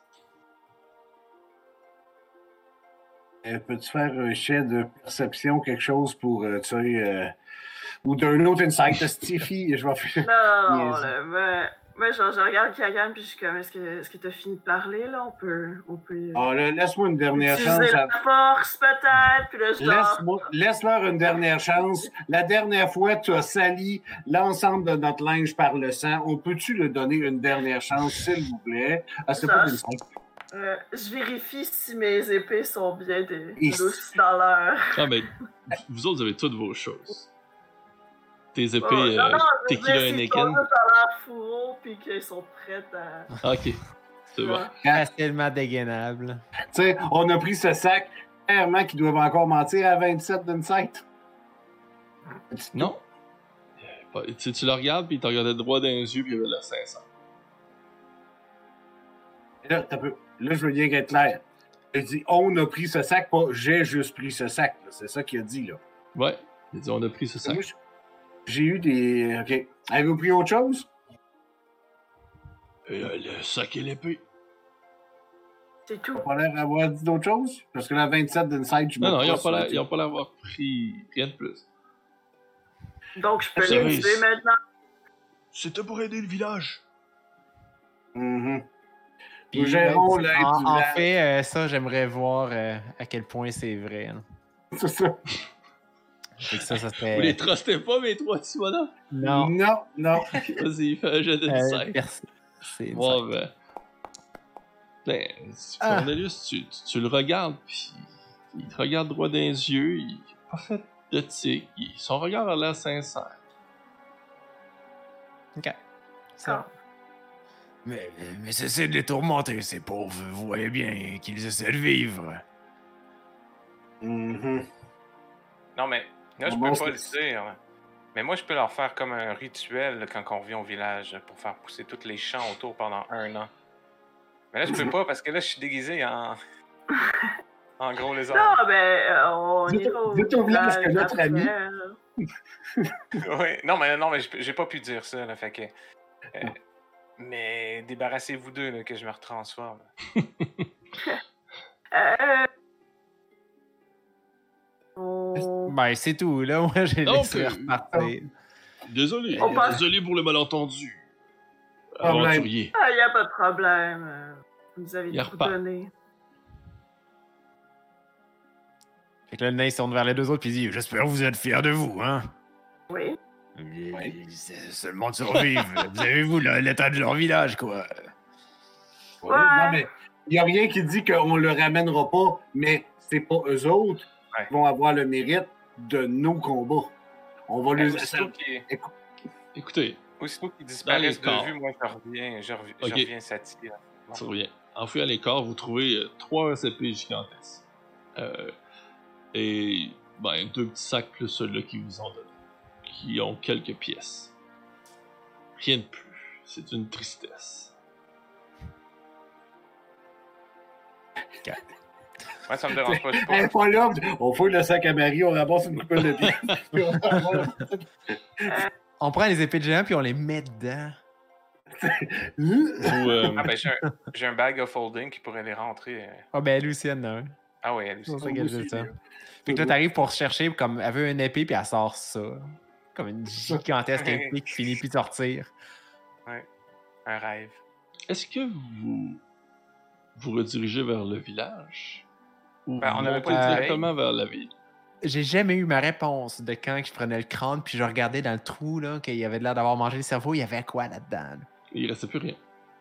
Euh, Peux-tu faire un jet de perception, quelque chose pour, euh, tu sais, euh, ou d'un autre insight, Stiffy, je vais faire... Non, non, non, Yes. là, mais, mais genre, je regarde Kagan, puis je suis comme, est-ce que est-ce que t'as fini de parler, là? On peut, on peut Ah, là, laisse-moi une dernière chance. utiliser à- la force, peut-être, puis là, je dors. Laisse-moi- Laisse-leur une dernière chance. La dernière fois, tu as sali l'ensemble de notre linge par le sang. On peut-tu lui donner une dernière chance, s'il vous plaît? Ah, c'est pas Ça, une Euh, je vérifie si mes épées sont bien des Is- lousses dans l'heure. Ah, mais vous autres, vous avez toutes vos choses. Tes épées, Oh, non, euh, non, je veux Tequila dire, s'ils sont Anakin. tous dans leur fourreau, puis qu'ils sont prêts à... Ah, ok, c'est bon. Ouais. Facilement dégainable. Tu sais, on a pris ce sac, clairement, qu'ils doivent encore mentir à vingt-sept d'insight. Non. Pas- Tu, tu le regardes, puis il te regardait droit dans les yeux, puis il avait l'air sincère. Là, t'as peu. Là, je veux bien être clair. Il dit, on a pris ce sac, pas j'ai juste pris ce sac. là. C'est ça qu'il a dit, là. Ouais, il a dit on a pris ce sac. Moi, j'ai eu des. OK. Avez-vous pris autre chose? Et, euh, le sac et l'épée. C'est tout. T'as pas l'air d'avoir dit d'autres choses? Parce que la vingt-sept d'insight, je me Non, non, ils crois ont pas sur l'air- le- ils ont pas l'air d'avoir pris rien de plus. Donc, je peux C'est les tuer vrai. maintenant. C'était pour aider le village. Mhm. Puis, Nous gérons euh, l'aide en, du en village. fait, euh, ça, j'aimerais voir euh, à quel point c'est vrai. là. C'est ça. Fait que ça, ça Vous serait... les trustez pas, mes trois petits bonhommes? Non. Non, non. Vas-y, fais un jet de Euh, d'insight. perso- c'est Ouais, ben. Ben, Ah. Cornelius, tu, tu, tu le regardes, puis il te regarde droit dans les yeux, il a pas fait de tic, il- son regard a l'air sincère. Ok. Ça. Ah. Mais, mais cessez de les tourmenter, ces pauvres. Vous voyez bien qu'ils essaient de vivre. Mhm. Non, mais là, je Bon, peux c'est- pas le dire. Mais moi, je peux leur faire comme un rituel là, quand on revient au village pour faire pousser tous les champs autour pendant un an. Mais là, je peux pas parce que là, je suis déguisé en. en gros lézard. Non, ben, euh, on Dites- ira au dites au village que notre après, ami- là. Ouais. Non, mais non, mais j'ai j'ai pas pu dire ça, là, fait que. euh, mais débarrassez-vous d'eux, là, que je me retransforme. Euh... On... Ben, c'est tout, là. Moi, j'ai Donc, laissé euh, repartir. Désolé, On passe- désolé pour le malentendu. Problème. Aventurier. Ah, y a pas de problème. euh, Vous avez Il tout repart. donné. Fait que là, le nain il se tourne vers les deux autres puis il dit « J'espère que vous êtes fiers de vous, hein? Oui. Ouais. Seulement de survivre. Vous avez vu là, l'état de leur village, quoi. Ouais, Ouais. Non, mais il n'y a rien qui dit qu'on le ramènera pas, mais c'est pas eux autres Ouais. qui vont avoir le mérite de nos combats. On va Mais les. aussitôt qu'ils Écoutez, aussitôt qu'ils disparaissent de corps. vue, moi, je reviens. Je, rev- je Ok. reviens satir. tu reviens. En fouillant les corps, vous trouvez euh, trois épées gigantesques. Euh, et ben, deux petits sacs plus ceux-là qui vous ont donné, qui ont quelques pièces. Rien de plus. C'est une tristesse. Moi, ça me dérange pas. Je suis pas- Hey, pas là, on fouille le sac à Marie, on ramasse une couple de pieds. Puis on ramasse- On prend les épées de géant puis on les met dedans. Vous, euh, Ah, ben, j'ai un, j'ai un bag of holding qui pourrait les rentrer. euh. Ah, ben, Lucienne, hein. Ah, oui, elle C'est aussi. pour ça qu'elle aussi, fait ça. là. Fait que là, t'arrives pour chercher, comme elle veut une épée, puis elle sort ça. Comme une gigantesque épée qui finit plus de sortir. Un rêve. est-ce que vous vous redirigez vers le village? Ou Ben, on vous avait montez pas dit directement vers la ville? J'ai jamais eu ma réponse de quand je prenais le crâne, puis je regardais dans le trou, là, qu'il y avait l'air d'avoir mangé le cerveau, il y avait quoi là-dedans? là? Il restait plus rien.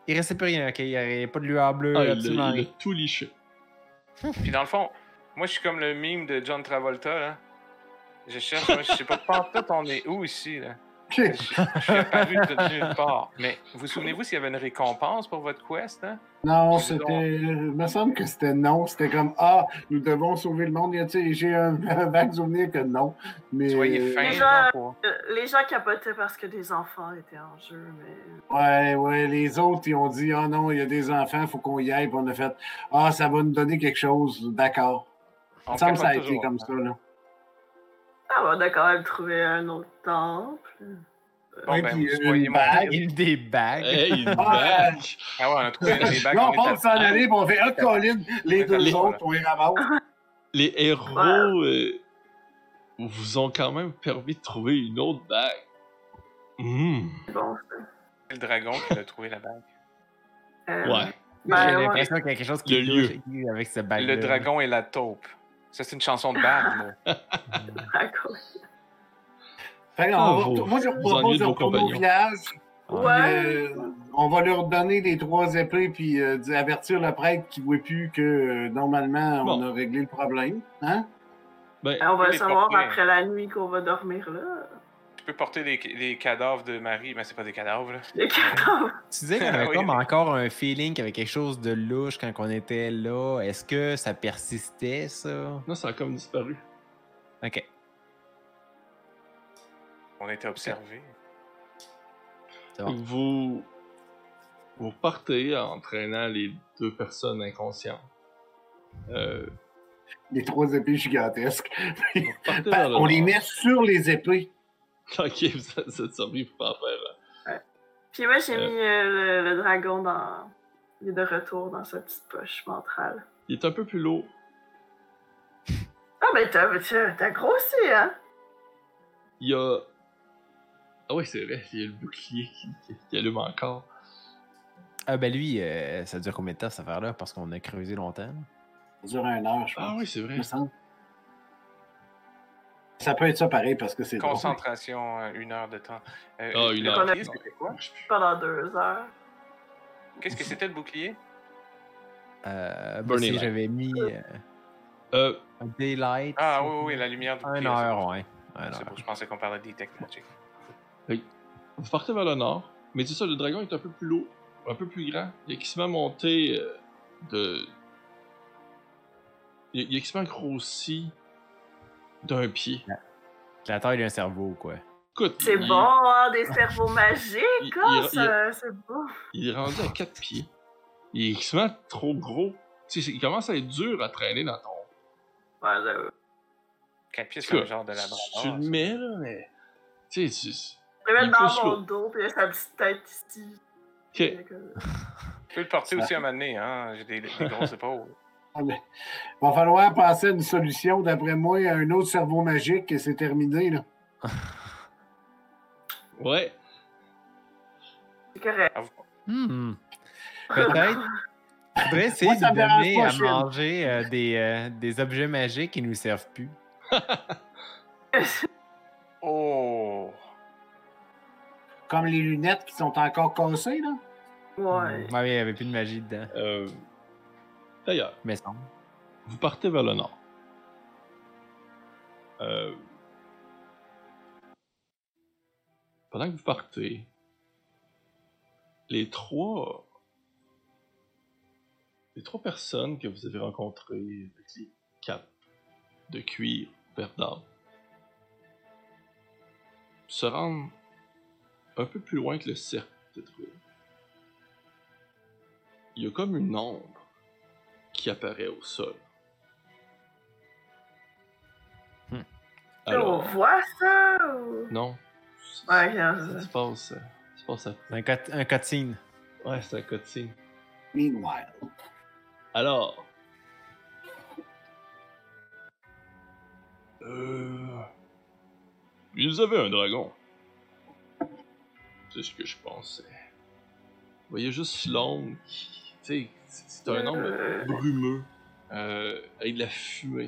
Il restait plus rien, ok? Il n'y avait pas de lueur bleue, Ah, il l'a- absolument il a rien. tout liché. Puis dans le fond, moi je suis comme le meme de John Travolta, là. Je cherche, moi, je sais pas pantoute on est où ici, là. Je, je suis apparu de nulle part. Mais vous souvenez-vous s'il y avait une récompense pour votre quest, hein? Non, Je dis donc- c'était. Il me semble que c'était non. C'était comme Ah, nous devons sauver le monde. Tu sais, j'ai un, un vague souvenir que non. Mais. Soyez fin, Les genre, gens- pour... Euh, Les gens capotaient parce que des enfants étaient en jeu, mais. Ouais, ouais, les autres, ils ont dit Ah non, il y a des enfants, il faut qu'on y aille. Puis on a fait Ah, ça va nous donner quelque chose. D'accord. Il On me semble que ça a capote été toujours. comme ça, là. Ah, on a quand même trouvé un autre temple. Bon, Ouais, ben, puis vous une soyez mon bague. Il des bagues. Hey, une Ah, bague! Ah ouais, on a trouvé des bagues. Là, on on pense était- s'en aller, puis on fait Ah, Colin, les Les- deux autres, on les ramasse. Les héros euh, vous ont quand même permis de trouver une autre bague. Hmm. Bon, C'est le dragon qui a trouvé la bague. euh, Ouais. Ben, J'ai ouais. l'impression qu'il y a quelque chose qui Le lieu. louche avec ce bague. Le dragon et la taupe. Ça, c'est une chanson de bague, moi. D'accord. Fait que, Ah, on va- vous- moi, je vous propose ennuyez de de vos retourner au compagnons. village. Ouais. Euh, on va leur donner les trois épées puis euh, dire- avertir le prêtre qui ne voit plus que euh, normalement on Bon. a réglé le problème. Hein? Ben, On va les le savoir porter. après la nuit qu'on va dormir là. Tu peux porter les, les cadavres de Marie, mais c'est pas des cadavres, là. Les cadavres. Tu disais qu'il y avait Oui, comme oui. encore un feeling qu'il y avait quelque chose de louche quand on était là. Est-ce que ça persistait, ça? non, ça a comme disparu. Ok. On était observés. C'est Fait bon. que Vous, vous partez en entraînant les deux personnes inconscientes. Euh, Les trois épées gigantesques. vous partez vers le on les nord. met sur les épées. Ok, vous êtes vous êtes surpris pour en faire. hein. Puis moi, j'ai Euh. mis euh, le, le dragon dans. Il est de retour dans sa petite poche ventrale. Il est un peu plus lourd. Ah, ben t'as, t'as, t'as grossi, hein? Il y a. Ah ouais, c'est vrai, il y a le bouclier qui, qui, qui allume encore. Ah ben lui, euh, ça dure combien de temps cette affaire-là? Parce qu'on a creusé longtemps. Ça dure un heure, je pense. Ah oui, c'est vrai. me semble. Ça peut être ça pareil parce que c'est drôle. Concentration, euh, une heure de temps. Euh, Ah, une le heure. bouclier, c'était quoi? Pendant deux heures. Qu'est-ce que c'était le bouclier? Euh, ben, Burning si Light. j'avais mis euh, Euh, un daylight. Ah oui, oui, oui, la lumière du Un bouclier. heure, ouais. Un C'est heure. pour je pensais qu'on parlait de Detect Magic. vous partez vers le nord, mais c'est ça, le dragon est un peu plus lourd, un peu plus grand. Il a quasiment monté euh, de. Il a, il a quasiment grossi d'un pied. La taille d'un cerveau, quoi. Écoute, C'est il, bon, hein, des cerveaux magiques, il- hein, il- ça, c'est beau. il est rendu à quatre pieds. Il est quasiment trop gros. Tu sais, il commence à être dur à traîner dans ton. Ouais, j'avoue. Quatre pieds, c'est un Écoute, genre de tu labrador. le ça. mets là, mais. Tu sais, tu. Je le Il est mets dans plus mon lourd. dos, puis il a sa petite tête ici. Ok. Fait que- Tu peux le porter aussi à un moment donné, hein. J'ai des, des grosses épaules. Ah, mais va falloir penser à une solution, d'après moi, à un autre cerveau magique et c'est terminé. Là. Ouais. C'est correct. Hmm. Peut-être. Faudrait essayer Moi, ça de me dérange donner pas, à Chine. manger euh, des, euh, des objets magiques qui nous servent plus. Oh! Comme les lunettes qui sont encore cassées. Là. Ouais. Hmm. Ouais, il n'y avait plus de magie dedans. Euh, D'ailleurs, Mais ça. vous partez vers le nord. Euh, Pendant que vous partez, les trois, les trois personnes que vous avez rencontrées avec les capes de cuir verdâtre se rendent un peu plus loin que le cercle de druides. Il y a comme une ombre qui apparaît au sol. Hmm. On voit ça ou... non. Ouais, non, Ça c'est se ça. passe, euh, ça se passe à... Un, cut- un cutscene. Ouais, c'est un cutscene. Meanwhile. Alors... Euh... Ils avaient un dragon. C'est ce que je pensais. Vous voyez juste l'ombre qui... Tu sais, c'est c'est un ombre Euh. brumeux, euh, avec de la fumée.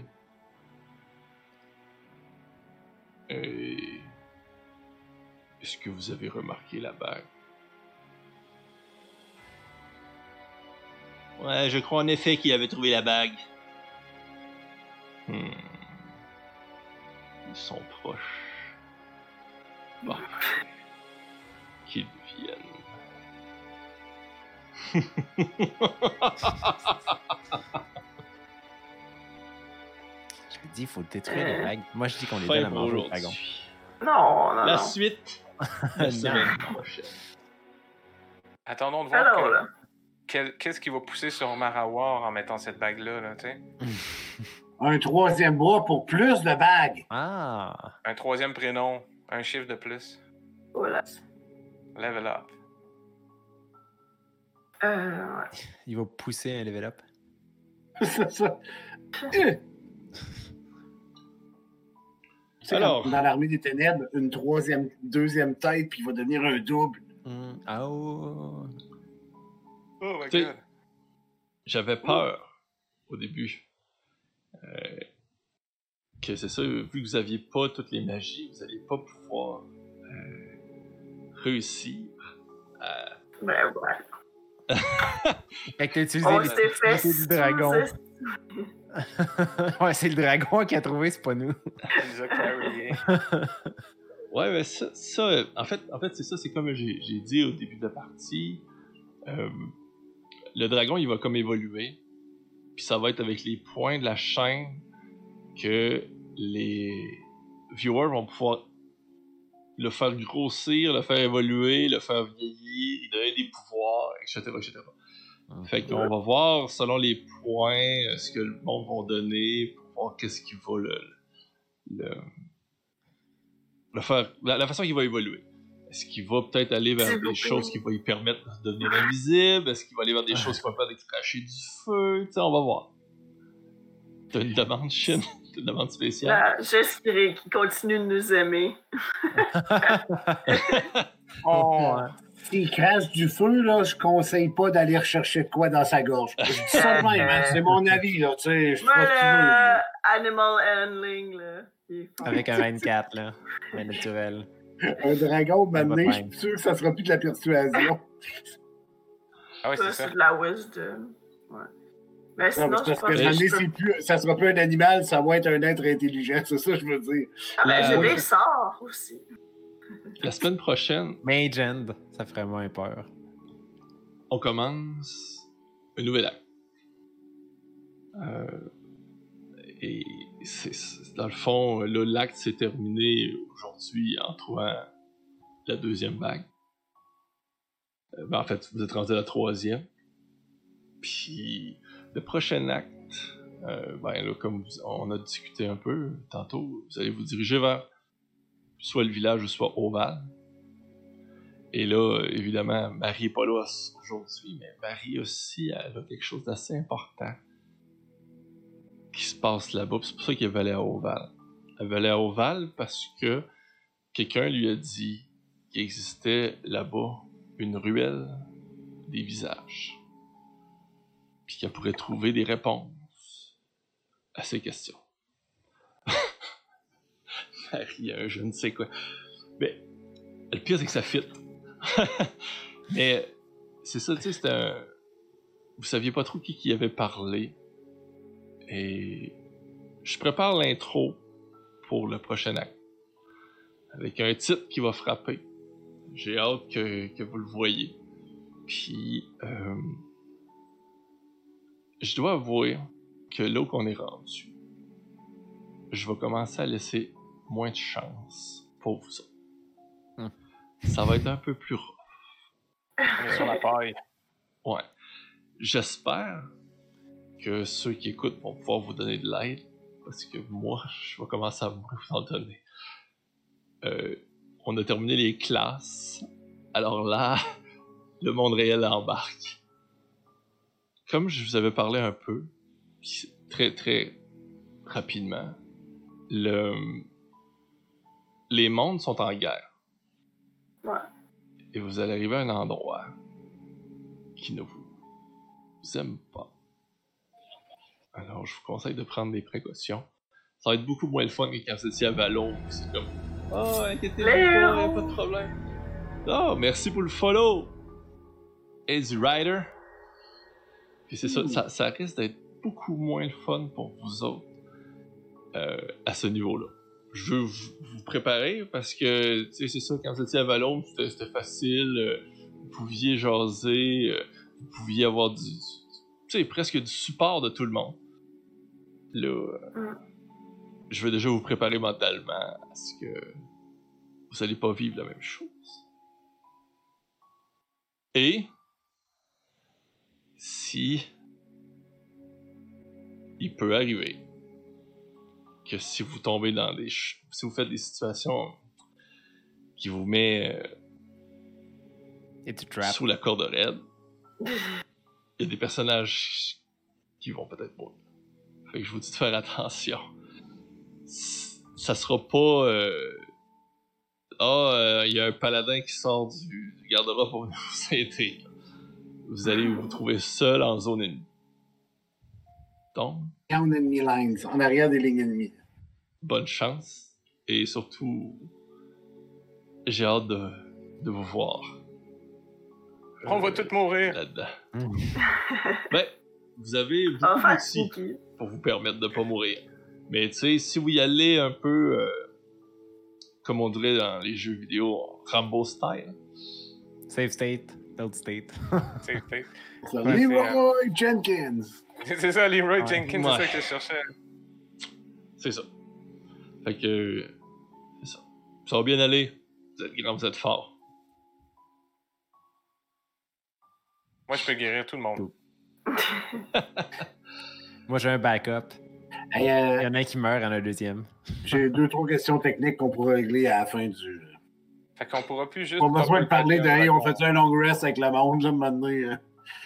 Et... Est-ce que vous avez remarqué la bague? Ouais, je crois en effet qu'il avait trouvé la bague. Hmm. Ils sont proches. Bon. Qu'ils viennent. Je te dis, il faut détruire les bagues. Moi, je dis qu'on les Fin donne à pour manger au aujourd'hui. dragon. Non, non, La non. suite, la Non. semaine prochaine. Attendons de voir Alors, que- là. quel- qu'est-ce qui va pousser sur Marawar en mettant cette bague-là, là, tu sais. Un troisième bras pour plus de bagues. Ah! Un troisième prénom, un chiffre de plus. Voilà. Level up. Euh, ouais. Il va pousser un level up. C'est ça. Euh. Tu sais, Alors. comme dans l'armée des ténèbres, une troisième, deuxième tête, puis il va devenir un double. Mm. Ah oh. Oh my T'sais- god. J'avais peur au début. Euh, que c'est ça, vu que vous aviez pas toutes les magies, vous allez pas pouvoir euh, réussir à. Ben ouais. Fait que t'as utilisé On les s'est fait spécialités du dragon. sous- Ouais, c'est le dragon qui a trouvé, c'est pas nous. Il nous a carryé. Ouais, mais ça, ça euh, en fait, en fait c'est ça, c'est comme j'ai j'ai dit au début de la partie. euh, le dragon, il va comme évoluer. Puis ça va être avec les points de la chaîne que les viewers vont pouvoir le faire grossir, le faire évoluer, le faire vieillir, lui donner des pouvoirs, et cetera, et cetera. Fait qu'on va voir selon les points euh, ce que le monde va donner pour voir qu'est-ce qui va le, le, le faire, la, la façon qu'il va évoluer. Est-ce qu'il va peut-être aller vers S'il vous des plaît. choses qui vont lui permettre de devenir invisible? Est-ce qu'il va aller vers des choses qui vont lui permettre de cracher du feu? Tu sais, on va voir. T'as une demande, Shin? T'as une demande spéciale? Là, j'espérais qu'il continue de nous aimer. Oh, s'il crache du feu, là, je conseille pas d'aller rechercher de quoi dans sa gorge. Je dis ça de même, hein, c'est mon avis, là, tu sais, je fais Moi, ce que tu veux. là. le animal handling, là. il est fort. Avec un vingt-quatre, là. Mais naturel. Un dragon, maintenant, Pas de je même. suis sûr que ça sera plus de la persuasion. Ah ouais, Ça, c'est ça. c'est de la wisdom. Ouais. Mais Non, sinon, mais je c'est parce pense que que maintenant, je peux- c'est plus, ça sera plus un animal, ça va être un être intelligent, c'est ça que je veux dire. Ah, ben, La- j'ai des sorts aussi. La semaine prochaine, Mage End, ça ferait moins peur. on commence un nouvel acte. Euh, et c'est, c'est- dans le fond, là, l'acte s'est terminé aujourd'hui en trouvant la deuxième bague. Euh, ben, en fait, vous êtes rendu à la troisième. Puis le prochain acte, euh, ben là, comme vous- on a discuté un peu tantôt, vous allez vous diriger vers soit le village ou soit Oval. Et là, évidemment, Marie est pas là aujourd'hui, mais Marie aussi, elle a quelque chose d'assez important qui se passe là-bas. Puis c'est pour ça qu'elle veut aller à Oval. Elle veut aller à Oval parce que quelqu'un lui a dit qu'il existait là-bas une ruelle des visages. Puis qu'elle pourrait trouver des réponses à ces questions. Marie, un je ne sais quoi. Mais le pire, c'est que ça fit. Mais c'est ça, tu sais, c'était un... Vous saviez pas trop qui qui avait parlé. Et je prépare l'intro pour le prochain acte. Avec un titre qui va frapper. J'ai hâte que, que vous le voyez. Puis, euh, je dois avouer que là où on est rendu, je vais commencer à laisser moins de chance pour vous autres. Hmm. Ça va être un peu plus rough. On est sur la paille. Ouais. J'espère que ceux qui écoutent vont pouvoir vous donner de l'aide, parce que moi, je vais commencer à vous en donner. Euh, on a terminé les classes, alors là, le monde réel embarque. Comme je vous avais parlé un peu, puis très très rapidement, le... les mondes sont en guerre. Ouais. Et vous allez arriver à un endroit qui ne vous aime pas. Alors, je vous conseille de prendre des précautions. Ça va être beaucoup moins le fun que quand vous étiez à Vallon. C'est comme, oh, inquiétez-vous pas, y a pas de problème. Oh, merci pour le follow. Easy Rider. Puis c'est ça, ça, ça risque d'être beaucoup moins le fun pour vous autres euh, à ce niveau-là. Je veux vous, vous préparer parce que, tu sais, c'est ça, quand vous étiez à Valon, c'était, c'était facile, euh, vous pouviez jaser, euh, vous pouviez avoir du, du tu sais, presque du support de tout le monde. Là, euh, Mm. je veux déjà vous préparer mentalement à ce que vous allez pas vivre la même chose. Et si il peut arriver que si vous tombez dans des ch- si vous faites des situations qui vous met euh, It's a trap. sous la corde raide, il y a des personnages qui vont peut-être mourir. Fait que je vous dis de faire attention. C- Ça sera pas euh, ah, euh, il y a un paladin qui sort du, du garde-robe pour venir vous aider. Vous allez vous trouver seul en zone ennemie. Donc, Down enemy lines, en arrière des lignes ennemies. bonne chance. Et surtout, j'ai hâte de, de vous voir. On va Euh, tous mourir. Là-dedans. Mm. Ben, vous avez On va beaucoup faire d'outils sneaky. pour vous permettre de pas mourir. Mais tu sais, si vous y allez un peu, euh, comme on dirait dans les jeux vidéo, Rambo style, Save state, build state. C'est C'est Ouais, Leroy Jenkins. c'est ça, Leroy Ouais. Jenkins, Ouais. c'est ça que je cherchais. c'est ça. Fait que, c'est ça. Ça va bien aller. Vous êtes grand, vous êtes fort. Moi, je peux guérir tout le monde. Moi, j'ai un backup. Hey, Il euh, y en a un qui meurt, il y en a un deuxième. j'ai deux, trois questions techniques qu'on pourra régler à la fin du. Fait qu'on pourra plus juste. Pas besoin de parler de un hey, on dragon. fait un long rest avec le monde, là, maintenant. Hein.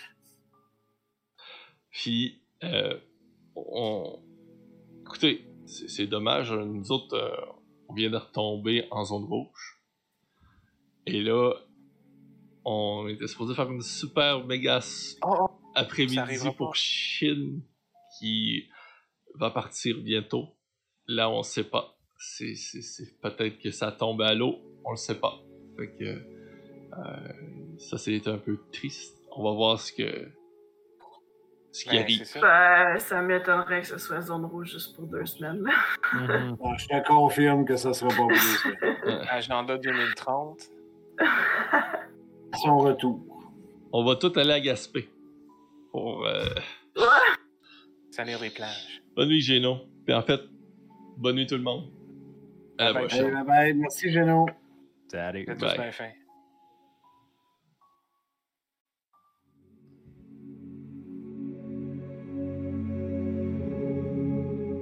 Puis, euh, on... Écoutez, c'est, c'est dommage, nous autres, euh, on vient de retomber en zone rouge. Et là, on était supposé faire une super méga s- Oh, oh. Ça après-midi arrivera pour pas. Chine qui va partir bientôt. Là, on sait pas. C'est, c'est, c'est peut-être que ça tombe à l'eau, on le sait pas. Fait que euh, ça, c'est un peu triste. On va voir ce que ce qui Ben, arrive. c'est ça. Ben, ça m'étonnerait que ce soit zone rouge juste pour deux semaines. Mhm. Bon, je te confirme que ça sera pas pour deux Agenda deux mille trente. Son retour. On va tout aller à Gaspé. Pour, euh... Salir les plages. Bonne nuit, Géno. Puis en fait, bonne nuit tout le monde. À la Bye bye. prochaine. Hey, bye bye. Merci, Geno. Salut. Vous êtes tous Bye. bien fins.